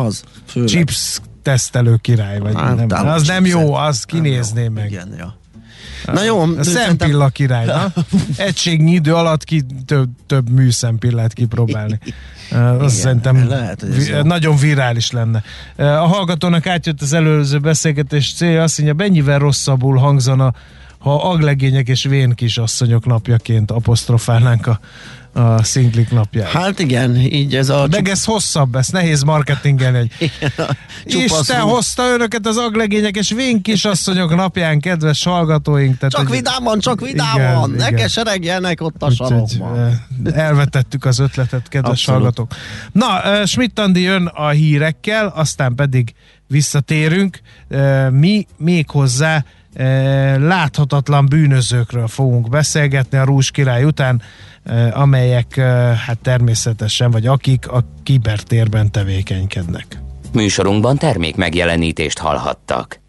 chips tesztelő király, vagy nem. Az nem jó, azt kinézném meg. Igen, ja. Na jó, a szempilla király, na? Egységnyi idő alatt több műszempillát kipróbálni. Azt szerintem lehet, nagyon virális lenne. A hallgatónak átjött az előző beszélgetés célja, azt mondja, mennyivel rosszabbul hangzana, ha aglegények és vén kisasszonyok napjaként apostrofálnánk a szinglik napját. Hát igen, így ez a... Meg ez hosszabb, ezt nehéz marketingelni, hogy Isten hozta önöket az aglegények és vén kisasszonyok napján, kedves hallgatóink. Tehát, csak vidáman, ne keseregjenek ott a sarokban. Elvetettük az ötletet, kedves Abszolút. hallgatók. Na, Schmidt Andi jön a hírekkel, aztán pedig visszatérünk. Mi még hozzá láthatatlan bűnözőkről fogunk beszélgetni a Rúzs király után, amelyek hát természetesen, vagy akik a kibertérben tevékenykednek. Műsorunkban termék megjelenítést hallhattak.